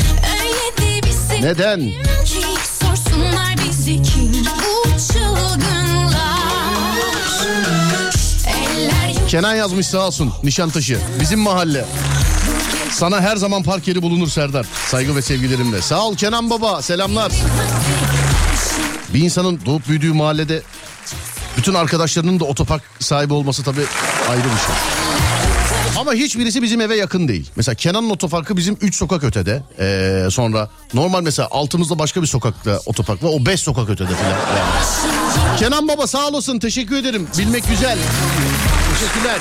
Neden? Kenan yazmış sağ olsun, Nişantaşı bizim mahalle. Sana her zaman park yeri bulunur Serdar. Saygı ve sevgilerimle. Sağ ol Kenan baba, selamlar. Bir insanın doğup büyüdüğü mahallede bütün arkadaşlarının da otopark sahibi olması tabii ayrı bir şey. Ama hiçbirisi bizim eve yakın değil. Mesela Kenan'ın otoparkı bizim 3 sokak ötede. Sonra normal mesela altımızda başka bir sokakta otopark var. O 5 sokak ötede falan. Yani. Kenan baba sağ olasın, teşekkür ederim. Bilmek güzel. Teşekkürler.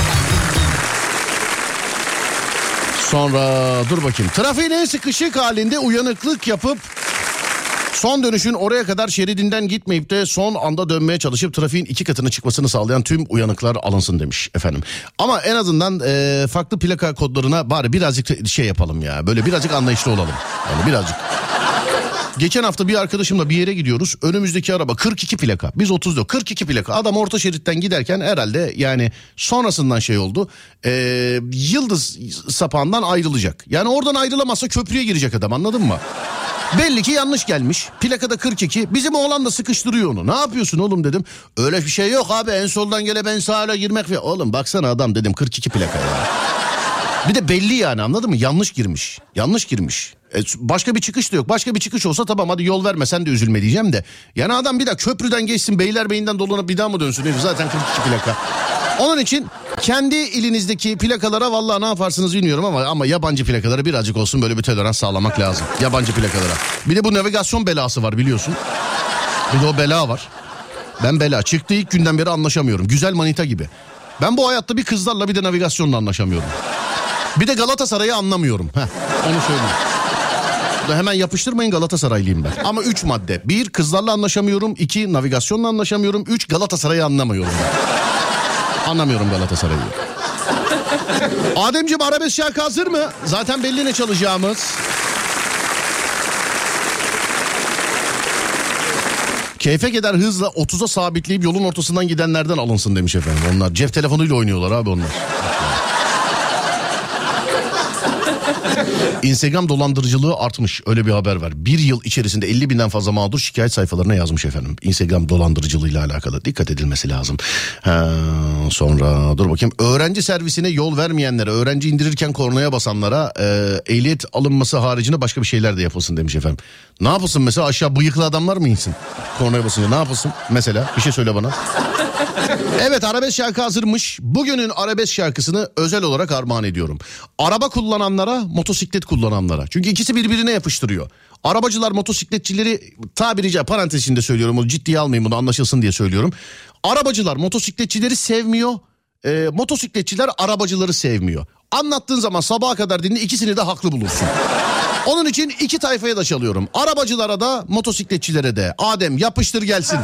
Sonra dur bakayım. Trafiğin en sıkışık halinde uyanıklık yapıp son dönüşün oraya kadar şeridinden gitmeyip de son anda dönmeye çalışıp trafiğin 2 katını çıkmasını sağlayan tüm uyanıklar alınsın demiş efendim. Ama en azından farklı plaka kodlarına bari birazcık şey yapalım ya. Böyle birazcık anlayışlı olalım. Yani birazcık. Geçen hafta bir arkadaşımla bir yere gidiyoruz. Önümüzdeki araba 42 plaka. Biz 34. 42 plaka. Adam orta şeritten giderken herhalde yani sonrasından şey oldu. Yıldız sapağından ayrılacak. Yani oradan ayrılamazsa köprüye girecek adam, anladın mı? Belli ki yanlış gelmiş. Plakada 42. Bizim oğlan da sıkıştırıyor onu. Ne yapıyorsun oğlum dedim. Öyle bir şey yok abi. En soldan gele ben sağa girmek ve oğlum baksana adam dedim 42 plaka ya. Bir de belli yani, anladın mı? Yanlış girmiş. Yanlış girmiş. Başka bir çıkış da yok. Başka bir çıkış olsa tamam hadi yol verme sen de üzülme diyeceğim de. Yani adam bir daha köprüden geçsin, Beylerbeyi'nden dolanıp bir daha mı dönsün? Zaten 42 plaka. Onun için kendi ilinizdeki plakalara vallahi ne yaparsınız bilmiyorum ama yabancı plakalara birazcık olsun böyle bir tolerans sağlamak lazım. Yabancı plakalara. Bir de bu navigasyon belası var biliyorsun. Bir de o bela var. Ben bela. Çıktığı ilk günden beri anlaşamıyorum. Güzel manita gibi. Ben bu hayatta bir kızlarla bir de navigasyonla anlaşamıyorum. Bir de Galatasaray'ı anlamıyorum. Onu söyleyeyim. Hemen yapıştırmayın, Galatasaraylıyım ben. Ama 3 madde. 1 kızlarla anlaşamıyorum. 2 navigasyonla anlaşamıyorum. 3 Galatasaray'ı anlamıyorum ben. Anlamıyorum Galatasaray'ı. Ademciğim arabesk şarkı hazır mı? Zaten belli ne çalacağımız. Keyfe gider hızla 30'a sabitleyip yolun ortasından gidenlerden alınsın demiş efendim. Onlar cep telefonuyla oynuyorlar abi onlar. Instagram dolandırıcılığı artmış, öyle bir haber var. Bir yıl içerisinde 50.000'den fazla mağdur şikayet sayfalarına yazmış efendim. Instagram dolandırıcılığıyla alakalı dikkat edilmesi lazım. Sonra dur bakayım, öğrenci servisine yol vermeyenlere, öğrenci indirirken kornaya basanlara ehliyet alınması haricinde başka bir şeyler de yapılsın demiş efendim. Ne yapılsın mesela, aşağı bıyıklı adamlar mı insin kornaya basınca, ne yapılsın mesela, bir şey söyle bana. Evet, arabesk şarkı hazırmış. Bugünün arabesk şarkısını özel olarak armağan ediyorum. Araba kullananlara, motosiklet motosiklet kullananlara. Çünkü ikisi birbirine yapıştırıyor. Arabacılar motosikletçileri, tabiri parantez içinde söylüyorum, onu ciddiye almayın, bunu anlaşılsın diye söylüyorum. Arabacılar motosikletçileri sevmiyor. Motosikletçiler arabacıları sevmiyor. Anlattığın zaman sabaha kadar dinle, ikisini de haklı bulursun. Onun için iki tayfaya da çalıyorum. Arabacılara da motosikletçilere de. Adem yapıştır gelsin.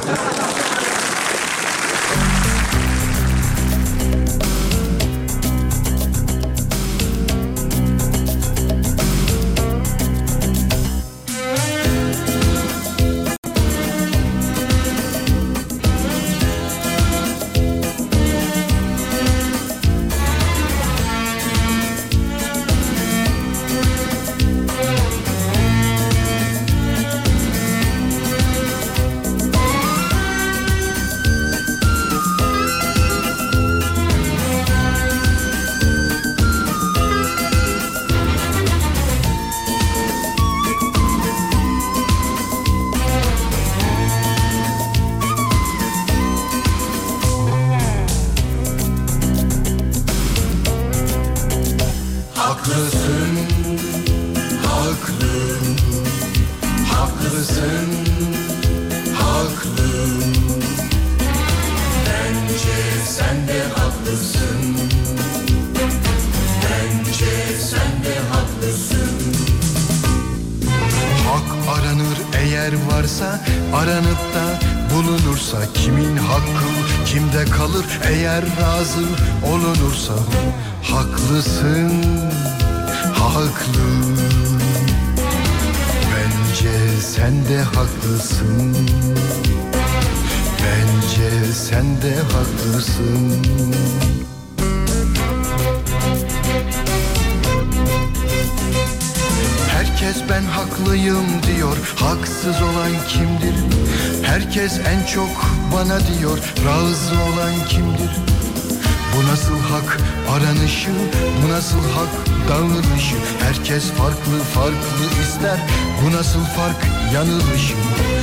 Yanılışı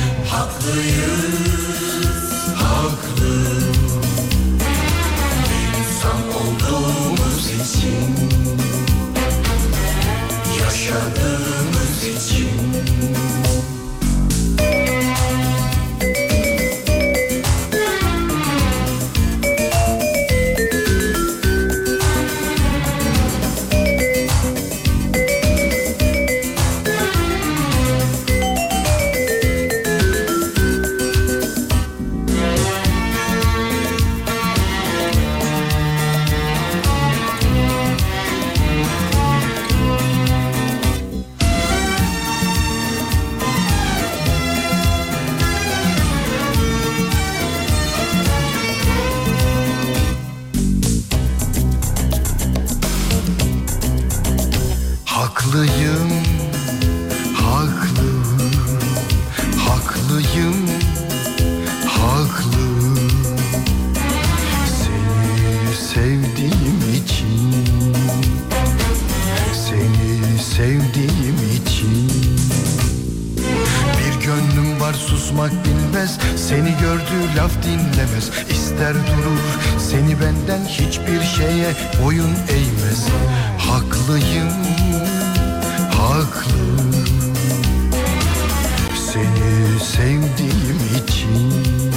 haklıyız, haklı. İnsan olduğumuz için, yaşadığımız için. Boyun eğmez. Haklıyım, haklı. Seni sevdiğim için,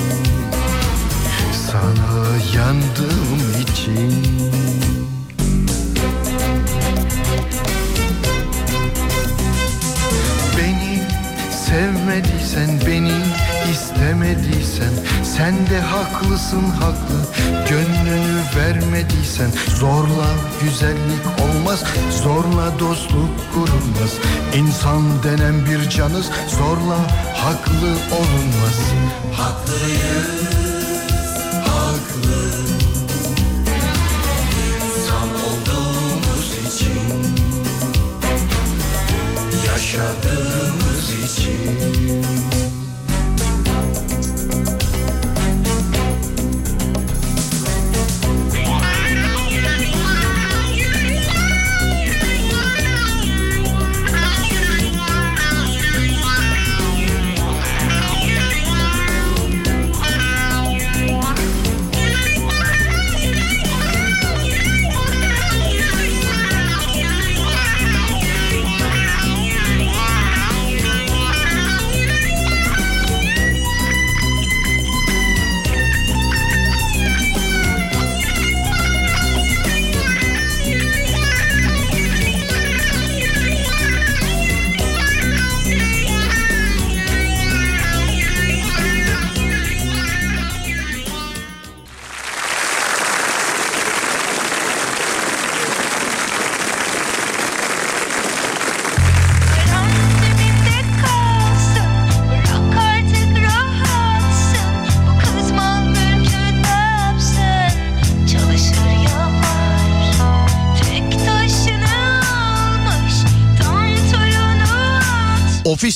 sana yandığım için. Beni sevmediysen, beni istemediysen, sen de haklısın, haklı. Gönlünü vermediysen, zorla güzellik olmaz, zorla dostluk kurulmaz. İnsan denen bir canız, zorla haklı olunmaz. Haklıyız, haklı. İnsan olduğumuz için, yaşadığımız için.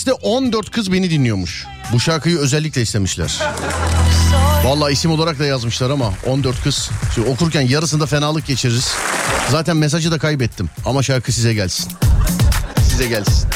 Ofiste 14 kız beni dinliyormuş. Bu şarkıyı özellikle istemişler. Vallahi isim olarak da yazmışlar ama 14 kız. Şimdi okurken yarısında fenalık geçiririz. Zaten mesajı da kaybettim. Ama şarkı size gelsin. Size gelsin.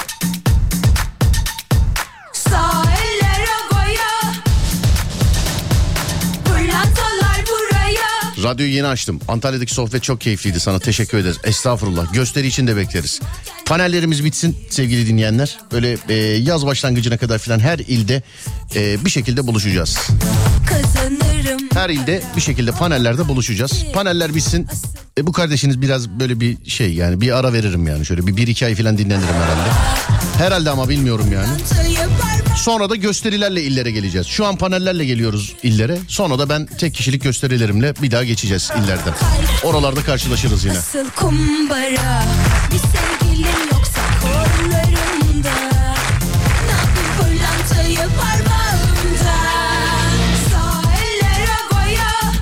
Radyoyu yeni açtım. Antalya'daki sohbet çok keyifliydi. Sana teşekkür ederiz. Estağfurullah. Gösteri için de bekleriz. Panellerimiz bitsin sevgili dinleyenler. Böyle yaz başlangıcına kadar filan her ilde bir şekilde buluşacağız. Her ilde bir şekilde panellerde buluşacağız. Paneller bitsin. Bu kardeşiniz biraz böyle bir şey yani bir ara veririm yani. Şöyle bir 1-2 ay filan dinlenirim herhalde. Herhalde ama bilmiyorum yani. Sonra da gösterilerle illere geleceğiz. Şu an panellerle geliyoruz illere. Sonra da ben tek kişilik gösterilerimle bir daha geçeceğiz illerden. Oralarda karşılaşırız yine. Nasıl kumbara, bir sevgilim yoksa kollarımda. Ne yapayım pırlantayı parmağımda. Sağ eller havaya,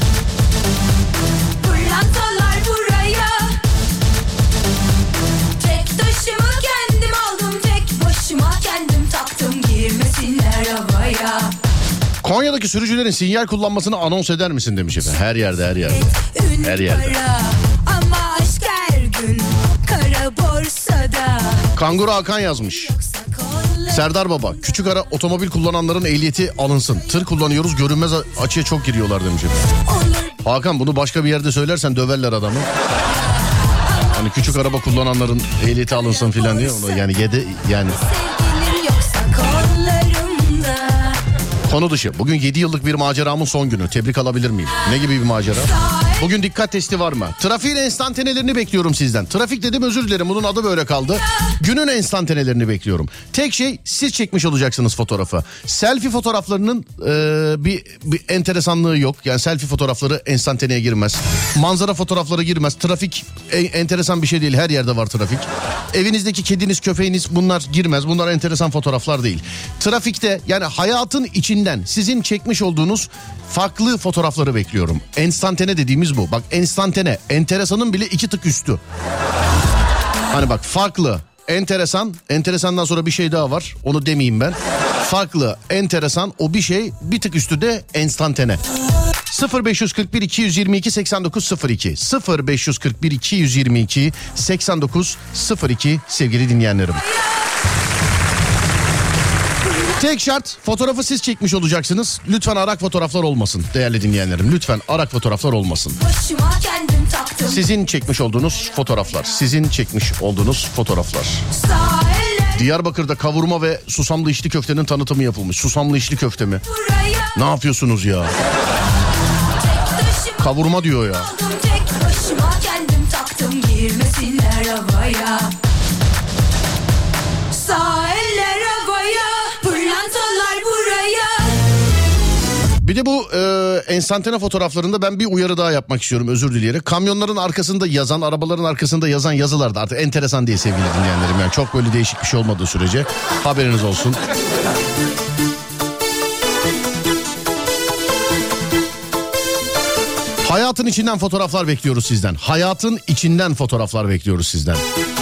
pırlantalar buraya. Tek taşımı kendim aldım, tek başıma kendim taktım, girmesinler havaya. Konya'daki sürücülerin sinyal kullanmasını anons eder misin demiş efendim. Her yerde, her yerde. Her yerde. Ama aşk her gün kara borsada. Kanguru Hakan yazmış. Serdar Baba, küçük ara otomobil kullananların ehliyeti alınsın. Tır kullanıyoruz, görünmez açıya çok giriyorlar demiş efendim. Hakan, bunu başka bir yerde söylersen döverler adamı. Hani küçük araba kullananların ehliyeti alınsın filan diye. Yani yani. Konu dışı. Bugün 7 yıllık bir maceramın son günü. Tebrik alabilir miyim? Ne gibi bir macera? Bugün dikkat testi var mı? Trafiğin enstantanelerini bekliyorum sizden. Trafik dedim, özür dilerim. Bunun adı böyle kaldı. Günün enstantanelerini bekliyorum. Tek şey, siz çekmiş olacaksınız fotoğrafı. Selfie fotoğraflarının bir enteresanlığı yok. Yani selfie fotoğrafları enstantaneye girmez. Manzara fotoğrafları girmez. Trafik enteresan bir şey değil. Her yerde var trafik. Evinizdeki kediniz, köpeğiniz, bunlar girmez. Bunlar enteresan fotoğraflar değil. Trafikte, yani hayatın içinden sizin çekmiş olduğunuz farklı fotoğrafları bekliyorum. Enstantane dediğimiz bu. Bak, enstantane, enteresanın bile 2 tık üstü. Hani bak, farklı, enteresan, enteresandan sonra bir şey daha var. Onu demeyeyim ben. Farklı, enteresan, o bir şey, bir tık üstü de enstantane. 0541 222 8902 0541 222 8902 sevgili dinleyenlerim. Tek şart, fotoğrafı siz çekmiş olacaksınız. Lütfen arak fotoğraflar olmasın değerli dinleyenlerim. Lütfen arak fotoğraflar olmasın. Sizin çekmiş olduğunuz fotoğraflar. Sizin çekmiş olduğunuz fotoğraflar. Diyarbakır'da kavurma ve susamlı içli köftenin tanıtımı yapılmış. Susamlı içli köfte mi? Ne yapıyorsunuz ya? Kavurma diyor ya. Tek başıma kendim taktım, girmesinler havaya. Sağ eller havaya, pırlantalar buraya. Bir de bu enstantane fotoğraflarında ben bir uyarı daha yapmak istiyorum, özür dileyerek. Kamyonların arkasında yazan, arabaların arkasında yazan yazılar da artık enteresan diye sevgili dinleyenlerim. Yani çok böyle değişik bir şey olmadığı sürece haberiniz olsun. Hayatın içinden fotoğraflar bekliyoruz sizden. Hayatın içinden fotoğraflar bekliyoruz sizden.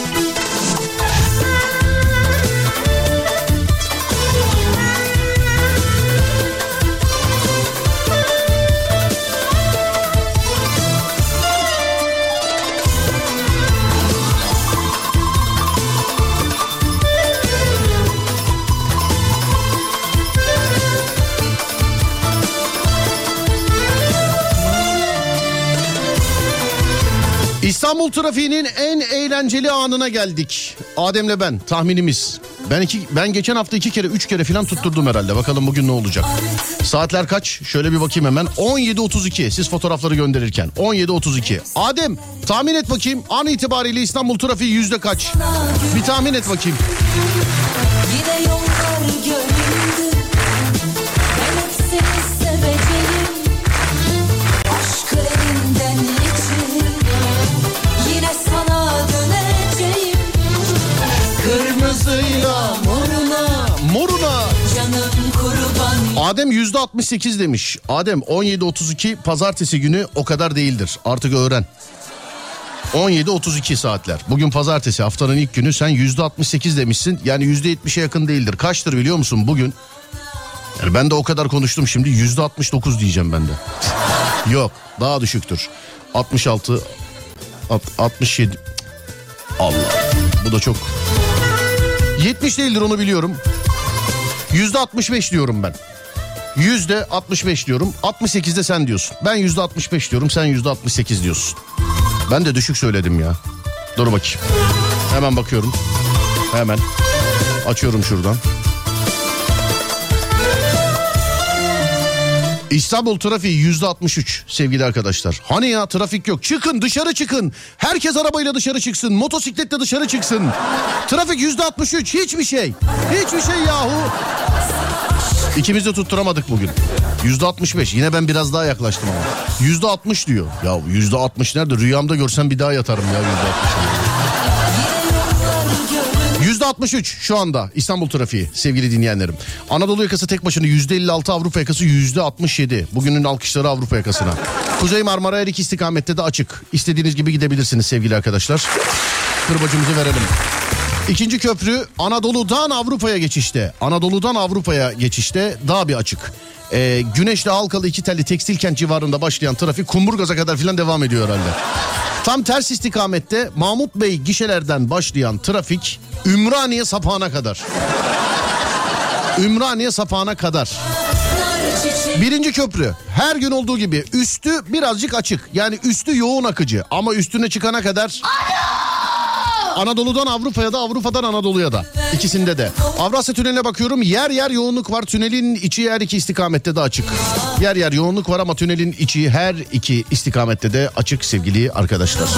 İstanbul trafiğinin en eğlenceli anına geldik. Adem'le ben, tahminimiz. Ben geçen hafta 2 kere 3 kere falan tutturdum herhalde. Bakalım bugün ne olacak. Saatler kaç? Şöyle bir bakayım hemen. 17.32 siz fotoğrafları gönderirken. 17.32. Adem, tahmin et bakayım. An itibariyle İstanbul trafiği yüzde kaç? Bir tahmin et bakayım. Yine yollar göründü. Ben hep seni seveceğim. Aşkı elinden içim. Yine sana döneceğim. Kırmızıyla moruna canım kurban. Adem %68 demiş. Adem 17.32 pazartesi günü o kadar değildir. Artık öğren. 17.32 saatler. Bugün pazartesi, haftanın ilk günü. Sen %68 demişsin. Yani %70'e yakın değildir. Kaçtır biliyor musun bugün? Yani ben de o kadar konuştum, şimdi %69 diyeceğim ben de. Yok, daha düşüktür. 66, 67. Allah, bu da çok. 70 değildir, onu biliyorum. %65 diyorum ben. %65 diyorum. 68'de sen diyorsun. Ben %65 diyorum, sen %68 diyorsun. Ben de düşük söyledim ya. Dur bakayım. Hemen bakıyorum. Hemen. Açıyorum şuradan. İstanbul trafiği %63 sevgili arkadaşlar. Hani ya trafik yok. Çıkın, dışarı çıkın. Herkes arabayla dışarı çıksın. Motosikletle dışarı çıksın. Trafik %63. Hiçbir şey. Hiçbir şey yahu. İkimiz de tutturamadık bugün. %65. Yine ben biraz daha yaklaştım ama. %60 diyor. Ya %60 nerede? Rüyamda görsem bir daha yatarım ya %60. %63 şu anda İstanbul trafiği sevgili dinleyenlerim. Anadolu yakası tek başına %56, Avrupa yakası %67. Bugünün alkışları Avrupa yakasına. Kuzey Marmara her iki istikamette de açık. İstediğiniz gibi gidebilirsiniz sevgili arkadaşlar. Kırbacımızı verelim. İkinci köprü Anadolu'dan Avrupa'ya geçişte. Anadolu'dan Avrupa'ya geçişte daha bir açık. Güneşli Halkalı iki telli tekstil kent civarında başlayan trafik Kumburgaz'a kadar filan devam ediyor herhalde. Tam ters istikamette Mahmut Bey gişelerden başlayan trafik Ümraniye sapağına kadar. Ümraniye sapağına kadar. Birinci köprü her gün olduğu gibi üstü birazcık açık. Yani üstü yoğun akıcı ama üstüne çıkana kadar... Anadolu'dan Avrupa'ya da, Avrupa'dan Anadolu'ya da. İkisinde de. Avrasya Tüneli'ne bakıyorum. Yer yer yoğunluk var. Tünelin içi her iki istikamette de açık. Yer yer yoğunluk var ama tünelin içi her iki istikamette de açık sevgili arkadaşlar.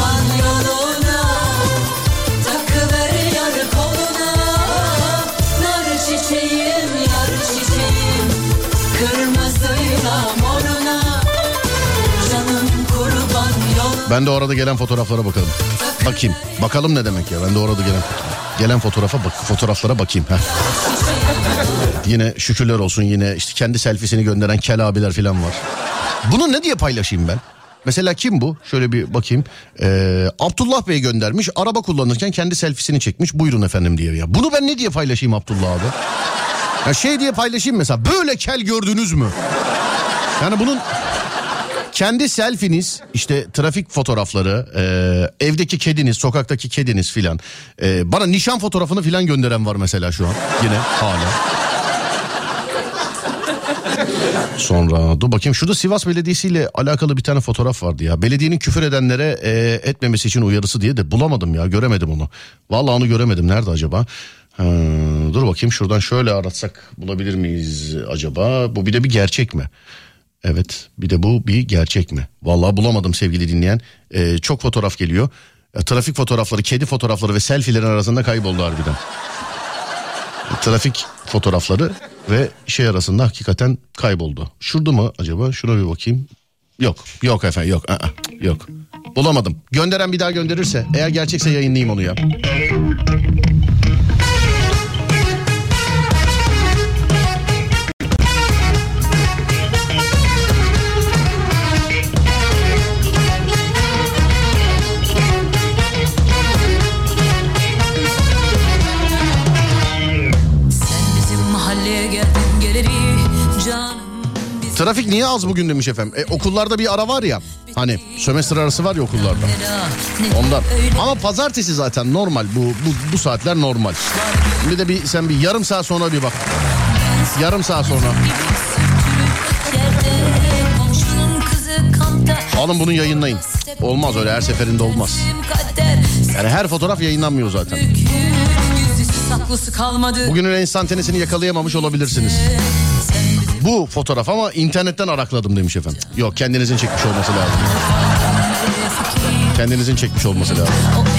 Ben de orada gelen fotoğraflara bakalım. Bakayım. Bakalım ne demek ya? Ben de orada gelen fotoğraflara bakayım. Heh. Yine şükürler olsun, yine işte kendi selfiesini gönderen kel abiler falan var. Bunu ne diye paylaşayım ben? Mesela kim bu? Şöyle bir bakayım. Abdullah Bey göndermiş. Araba kullanırken kendi selfiesini çekmiş. Buyurun efendim diye ya. Bunu ben ne diye paylaşayım Abdullah abi? Ya şey diye paylaşayım mesela. Böyle kel gördünüz mü? Yani bunun... Kendi selfiniz, işte trafik fotoğrafları, evdeki kediniz, sokaktaki kediniz filan. Bana nişan fotoğrafını filan gönderen var mesela şu an. Yine hala. Sonra dur bakayım, şurada Sivas Belediyesi ile alakalı bir tane fotoğraf vardı ya. Belediyenin küfür edenlere etmemesi için uyarısı diye de bulamadım ya, göremedim onu. Vallahi onu göremedim, nerede acaba? Dur bakayım, şuradan şöyle aratsak bulabilir miyiz acaba? Bu bir de bir gerçek mi? Evet, bir de bu bir gerçek mi? Vallahi bulamadım sevgili dinleyen. Çok fotoğraf geliyor. Trafik fotoğrafları, kedi fotoğrafları ve selfielerin arasında kayboldu harbiden. Trafik fotoğrafları ve şey arasında hakikaten kayboldu. Şurada mı acaba? Şuna bir bakayım. Yok efendim, yok. Bulamadım. Gönderen bir daha gönderirse, eğer gerçekse yayınlayayım onu ya. Trafik niye az bugün demiş efendim. Okullarda bir ara var ya. Hani sömestr arası var ya okullarda. Ondan. Ama pazartesi zaten normal. Bu saatler normal. Bir de sen bir yarım saat sonra bir bak. Yarım saat sonra. Alın bunu yayınlayın. Olmaz öyle, her seferinde olmaz. Yani her fotoğraf yayınlanmıyor zaten. Bugünün enstantanesini yakalayamamış olabilirsiniz. Bu fotoğraf ama internetten arakladım demiş efendim. Yok, kendinizin çekmiş olması lazım. Kendinizin çekmiş olması lazım.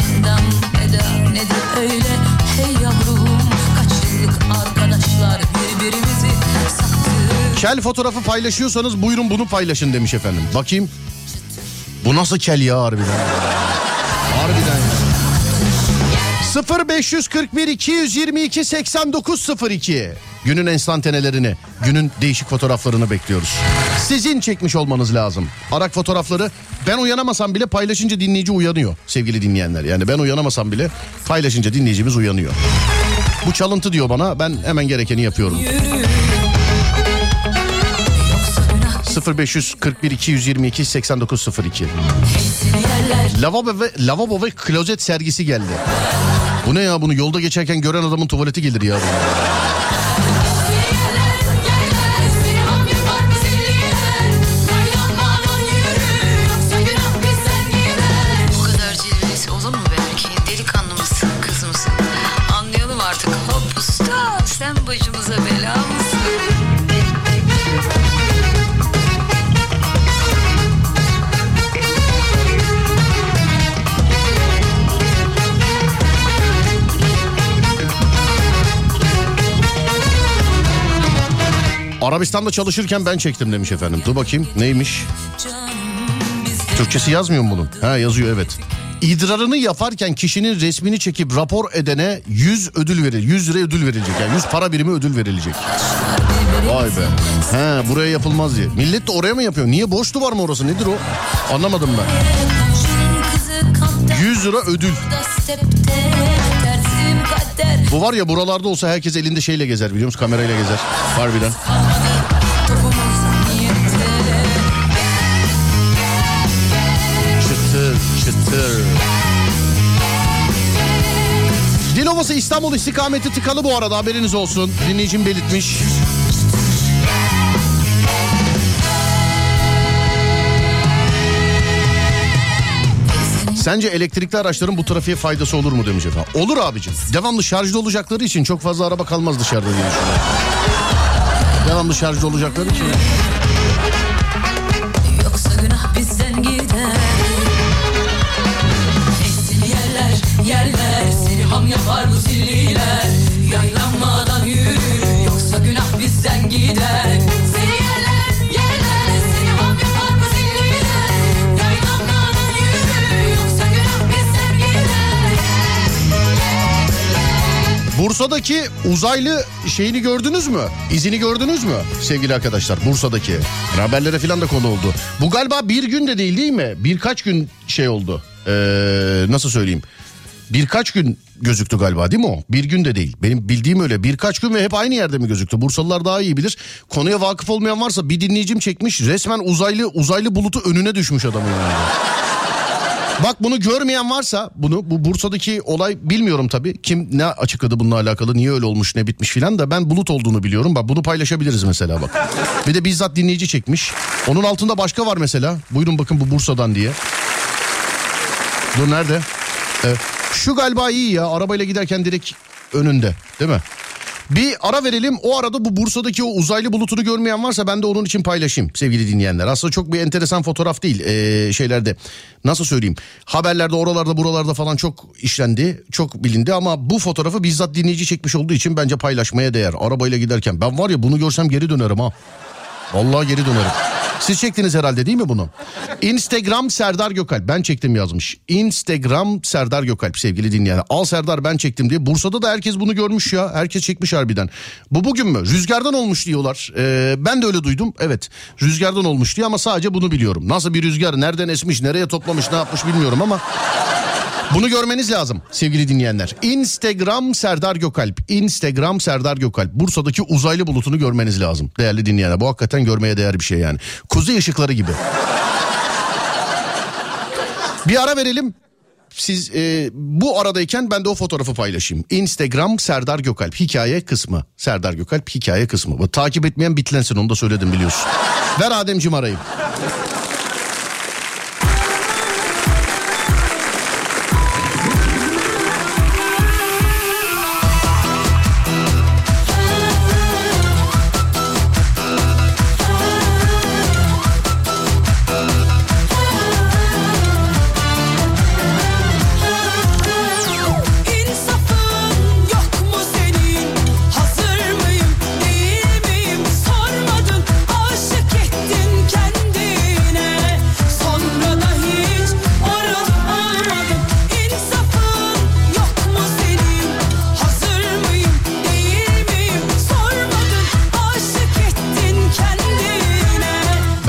Kel fotoğrafı paylaşıyorsanız buyurun bunu paylaşın demiş efendim. Bakayım. Bu nasıl kel ya harbiden? Harbiden ya. 0541 222 8902. Günün enstantanelerini, günün değişik fotoğraflarını bekliyoruz. Sizin çekmiş olmanız lazım. Arak fotoğrafları, ben uyanamasam bile paylaşınca dinleyici uyanıyor sevgili dinleyenler. Yani ben uyanamasam bile paylaşınca dinleyicimiz uyanıyor. Bu çalıntı diyor bana, ben hemen gerekeni yapıyorum. 0541 222 8902. Lavabo ve klozet sergisi geldi. Bu ne ya, bunu yolda geçerken gören adamın tuvaleti gelir ya. Bu kadar cilvesi olur mu belki? Delikanlı mısın, kız mısın? Anlayalım artık. Hop usta, sen başımıza bela mısın? Arabistan'da çalışırken ben çektim demiş efendim. Dur bakayım neymiş? Türkçesi yazmıyor mu bunun? Ha, yazıyor, evet. İdrarını yaparken kişinin resmini çekip rapor edene 100 ödül verilir. 100 lira ödül verilecek. Yani 100 para birimi ödül verilecek. Vay be. He, buraya yapılmaz diye. Millet de oraya mı yapıyor? Niye, boş duvar mı orası? Nedir o? Anlamadım ben. 100 lira ödül. Bu var ya, buralarda olsa herkes elinde şeyle gezer, biliyor musun? Kamerayla gezer. Harbiden. Çıtır çıtır. Dilovası İstanbul istikameti tıkalı bu arada, haberiniz olsun. Dinleyicim belirtmiş. Sence elektrikli araçların bu trafiğe faydası olur mu demiş efendim. Olur abicim. Devamlı şarjlı olacakları için çok fazla araba kalmaz dışarıda diye düşünüyorum. Devamlı şarjlı olacakları için. Yoksa günah bizden gider. Seni yerler, seni ham yapar bu zilliler. Yaylanmadan yürü, yoksa günah bizden gider. Seni yerler, seni ham yapar bu zilliler. Yaylanmadan yürü, yoksa günah bizden gider. Bursa'daki uzaylı şeyini gördünüz mü? İzini gördünüz mü sevgili arkadaşlar? Bursa'daki haberlere falan da konu oldu. Bu galiba bir gün de değil mi? Birkaç gün şey oldu. Nasıl söyleyeyim? Birkaç gün gözüktü galiba, değil mi o? Bir gün de değil. Benim bildiğim öyle. Birkaç gün ve hep aynı yerde mi gözüktü? Bursalılar daha iyi bilir. Konuya vakıf olmayan varsa, bir dinleyicim çekmiş. Resmen uzaylı bulutu önüne düşmüş adamın yani. Bak, bunu görmeyen varsa, bu Bursa'daki olay bilmiyorum tabii. Kim ne açıkladı bununla alakalı, niye öyle olmuş, ne bitmiş filan da ben bulut olduğunu biliyorum. Bak, bunu paylaşabiliriz mesela bak. Bir de bizzat dinleyici çekmiş. Onun altında başka var mesela. Buyurun bakın, bu Bursa'dan diye. Dur, nerede? Şu galiba iyi ya, arabayla giderken direkt önünde, değil mi? Bir ara verelim. O arada bu Bursa'daki o uzaylı bulutunu görmeyen varsa ben de onun için paylaşayım sevgili dinleyenler. Aslında çok bir enteresan fotoğraf değil. Şeylerde, nasıl söyleyeyim, haberlerde, oralarda, buralarda falan çok işlendi, çok bilindi ama bu fotoğrafı bizzat dinleyici çekmiş olduğu için bence paylaşmaya değer. Arabayla giderken ben var ya, bunu görsem geri dönerim ha. Vallahi geri dönerim. Siz çektiniz herhalde değil mi bunu? Instagram Serdar Gökalp, ben çektim yazmış. Instagram Serdar Gökalp sevgili dinleyenler. Al Serdar, ben çektim diye. Bursa'da da herkes bunu görmüş ya. Herkes çekmiş harbiden. Bu bugün mü? Rüzgardan olmuş diyorlar. Ben de öyle duydum. Evet, rüzgardan olmuş diye ama sadece bunu biliyorum. Nasıl bir rüzgar, nereden esmiş, nereye toplamış, ne yapmış bilmiyorum ama... Bunu görmeniz lazım sevgili dinleyenler. Instagram Serdar Gökalp. Instagram Serdar Gökalp. Bursa'daki uzaylı bulutunu görmeniz lazım değerli dinleyenler. Bu hakikaten görmeye değer bir şey yani. Kuzey ışıkları gibi. Bir ara verelim. Siz bu aradayken ben de o fotoğrafı paylaşayım. Instagram Serdar Gökalp hikaye kısmı. Serdar Gökalp hikaye kısmı. Bu, takip etmeyen bitlensin, onu da söyledim biliyorsun. Ver Ademciğim arayı. Sormadın, aşık ettin kendini.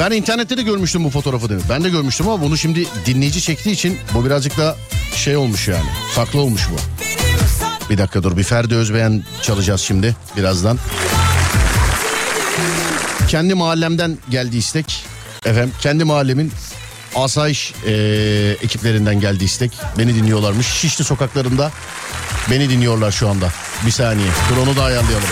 Ben internette de görmüştüm bu fotoğrafı demiş. Ben de görmüştüm ama bunu şimdi dinleyici çektiği için bu birazcık da şey olmuş yani. Saklı olmuş bu. Bir dakika dur, bir Ferdi Özbeğen çalacağız şimdi birazdan. Kendi mahallemden geldi istek. Efendim kendi mahallemin asayiş ekiplerinden geldi istek. Beni dinliyorlarmış. Şişli sokaklarında beni dinliyorlar şu anda. Bir saniye. Dur onu da ayarlayalım.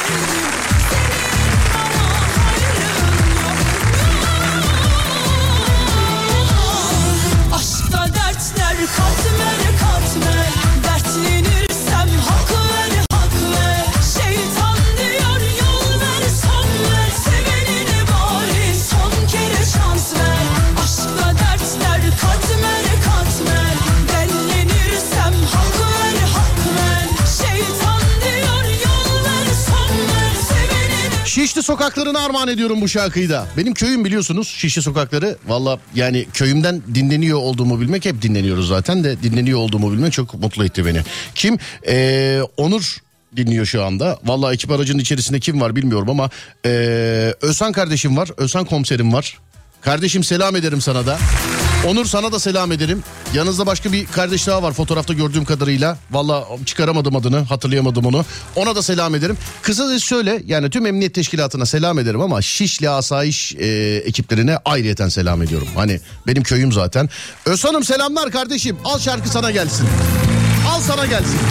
Şişli sokaklarına armağan ediyorum bu şarkıyı da. Benim köyüm biliyorsunuz Şişli sokakları. Valla yani köyümden dinleniyor olduğumu bilmek, hep dinleniyoruz zaten de dinleniyor olduğumu bilmek çok mutlu etti beni. Kim? Onur dinliyor şu anda. Valla ekip aracının içerisinde kim var bilmiyorum ama Özhan kardeşim var. Özhan komiserim var. Kardeşim selam ederim sana da. Onur sana da selam ederim. Yanınızda başka bir kardeş daha var fotoğrafta gördüğüm kadarıyla. Valla çıkaramadım adını, hatırlayamadım onu. Ona da selam ederim. Kısacası şöyle, yani tüm emniyet teşkilatına selam ederim ama Şişli asayiş ekiplerine ayrıyeten selam ediyorum. Hani benim köyüm zaten. Özhan'ım selamlar kardeşim. Al şarkı sana gelsin. Al sana gelsin.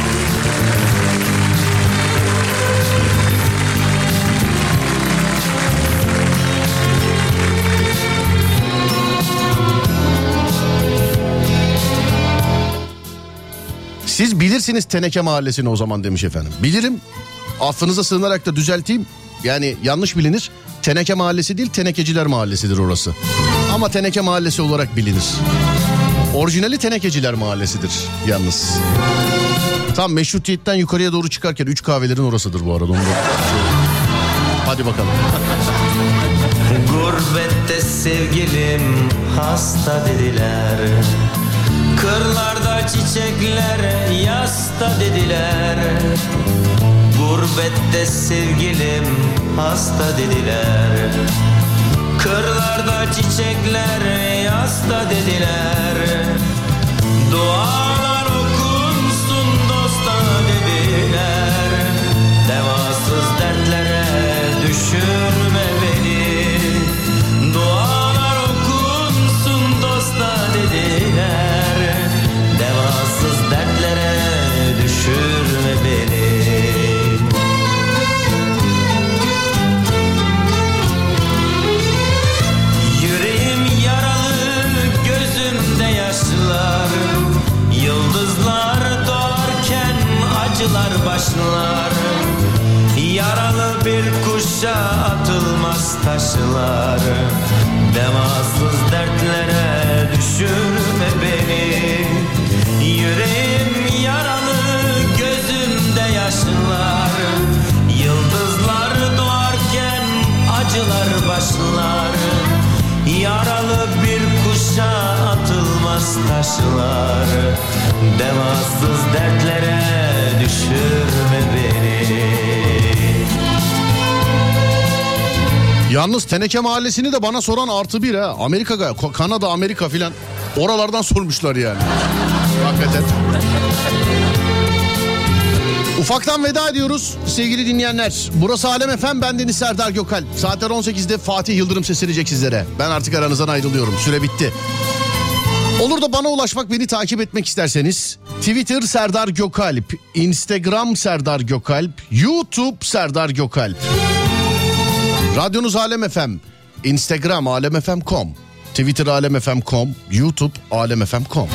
Siz bilirsiniz Teneke Mahallesi'ni o zaman demiş efendim. Bilirim. Affınıza sığınarak da düzelteyim. Yani yanlış bilinir. Teneke Mahallesi değil, Tenekeciler Mahallesi'dir orası. Ama Teneke Mahallesi olarak bilinir. Orijinali Tenekeciler Mahallesi'dir yalnız. Tam Meşrutiyet'ten yukarıya doğru çıkarken 3 kahvelerin orasıdır bu arada. Onu da... Hadi bakalım. Gurbette sevgilim hasta dediler. Kırlarda çiçekler yasta dediler. Gurbette sevgilim hasta dediler. Kırlarda çiçekler yasta dediler. Dualar okunsun dosta dediler. Devasız dertlere düşürme beni. Dualar okunsun dosta dediler. Devasız dertlere düşürme beni. Yüreğim yaralı, gözümde yaşlar. Yıldızlar doğarken acılar başlar. Yaralı bir kuşa atılmaz taşlar. Devasız dertlere düşürme beni. Yüreğim yaralı, gözümde yaşlar. Yıldızlar doğarken acılar başlar. Yaralı bir kuşa atılmaz taşlar. Devasız dertlere düşürme beni. Yalnız Teneke Mahallesi'ni de bana soran +1 ha. Amerika, Kanada, Amerika filan. Oralardan sormuşlar yani. Hakikaten. Ufaktan veda ediyoruz sevgili dinleyenler. Burası Alem FM, bendeniz Serdar Gökalp. Saatler 18'de Fatih Yıldırım seslenecek sizlere. Ben artık aranızdan ayrılıyorum. Süre bitti. Olur da bana ulaşmak, beni takip etmek isterseniz Twitter Serdar Gökalp, Instagram Serdar Gökalp, YouTube Serdar Gökalp. Radyonuz Alem FM, Instagram alemfm.com, Twitter alemfm.com, YouTube alemfm.com.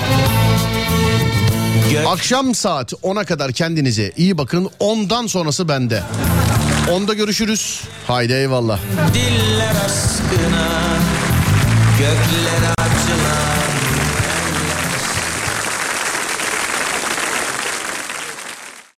Akşam saat 10'a kadar kendinize iyi bakın. 10'dan sonrası bende. 10'da görüşürüz. Haydi eyvallah. Diller aşkına, gökler acılar.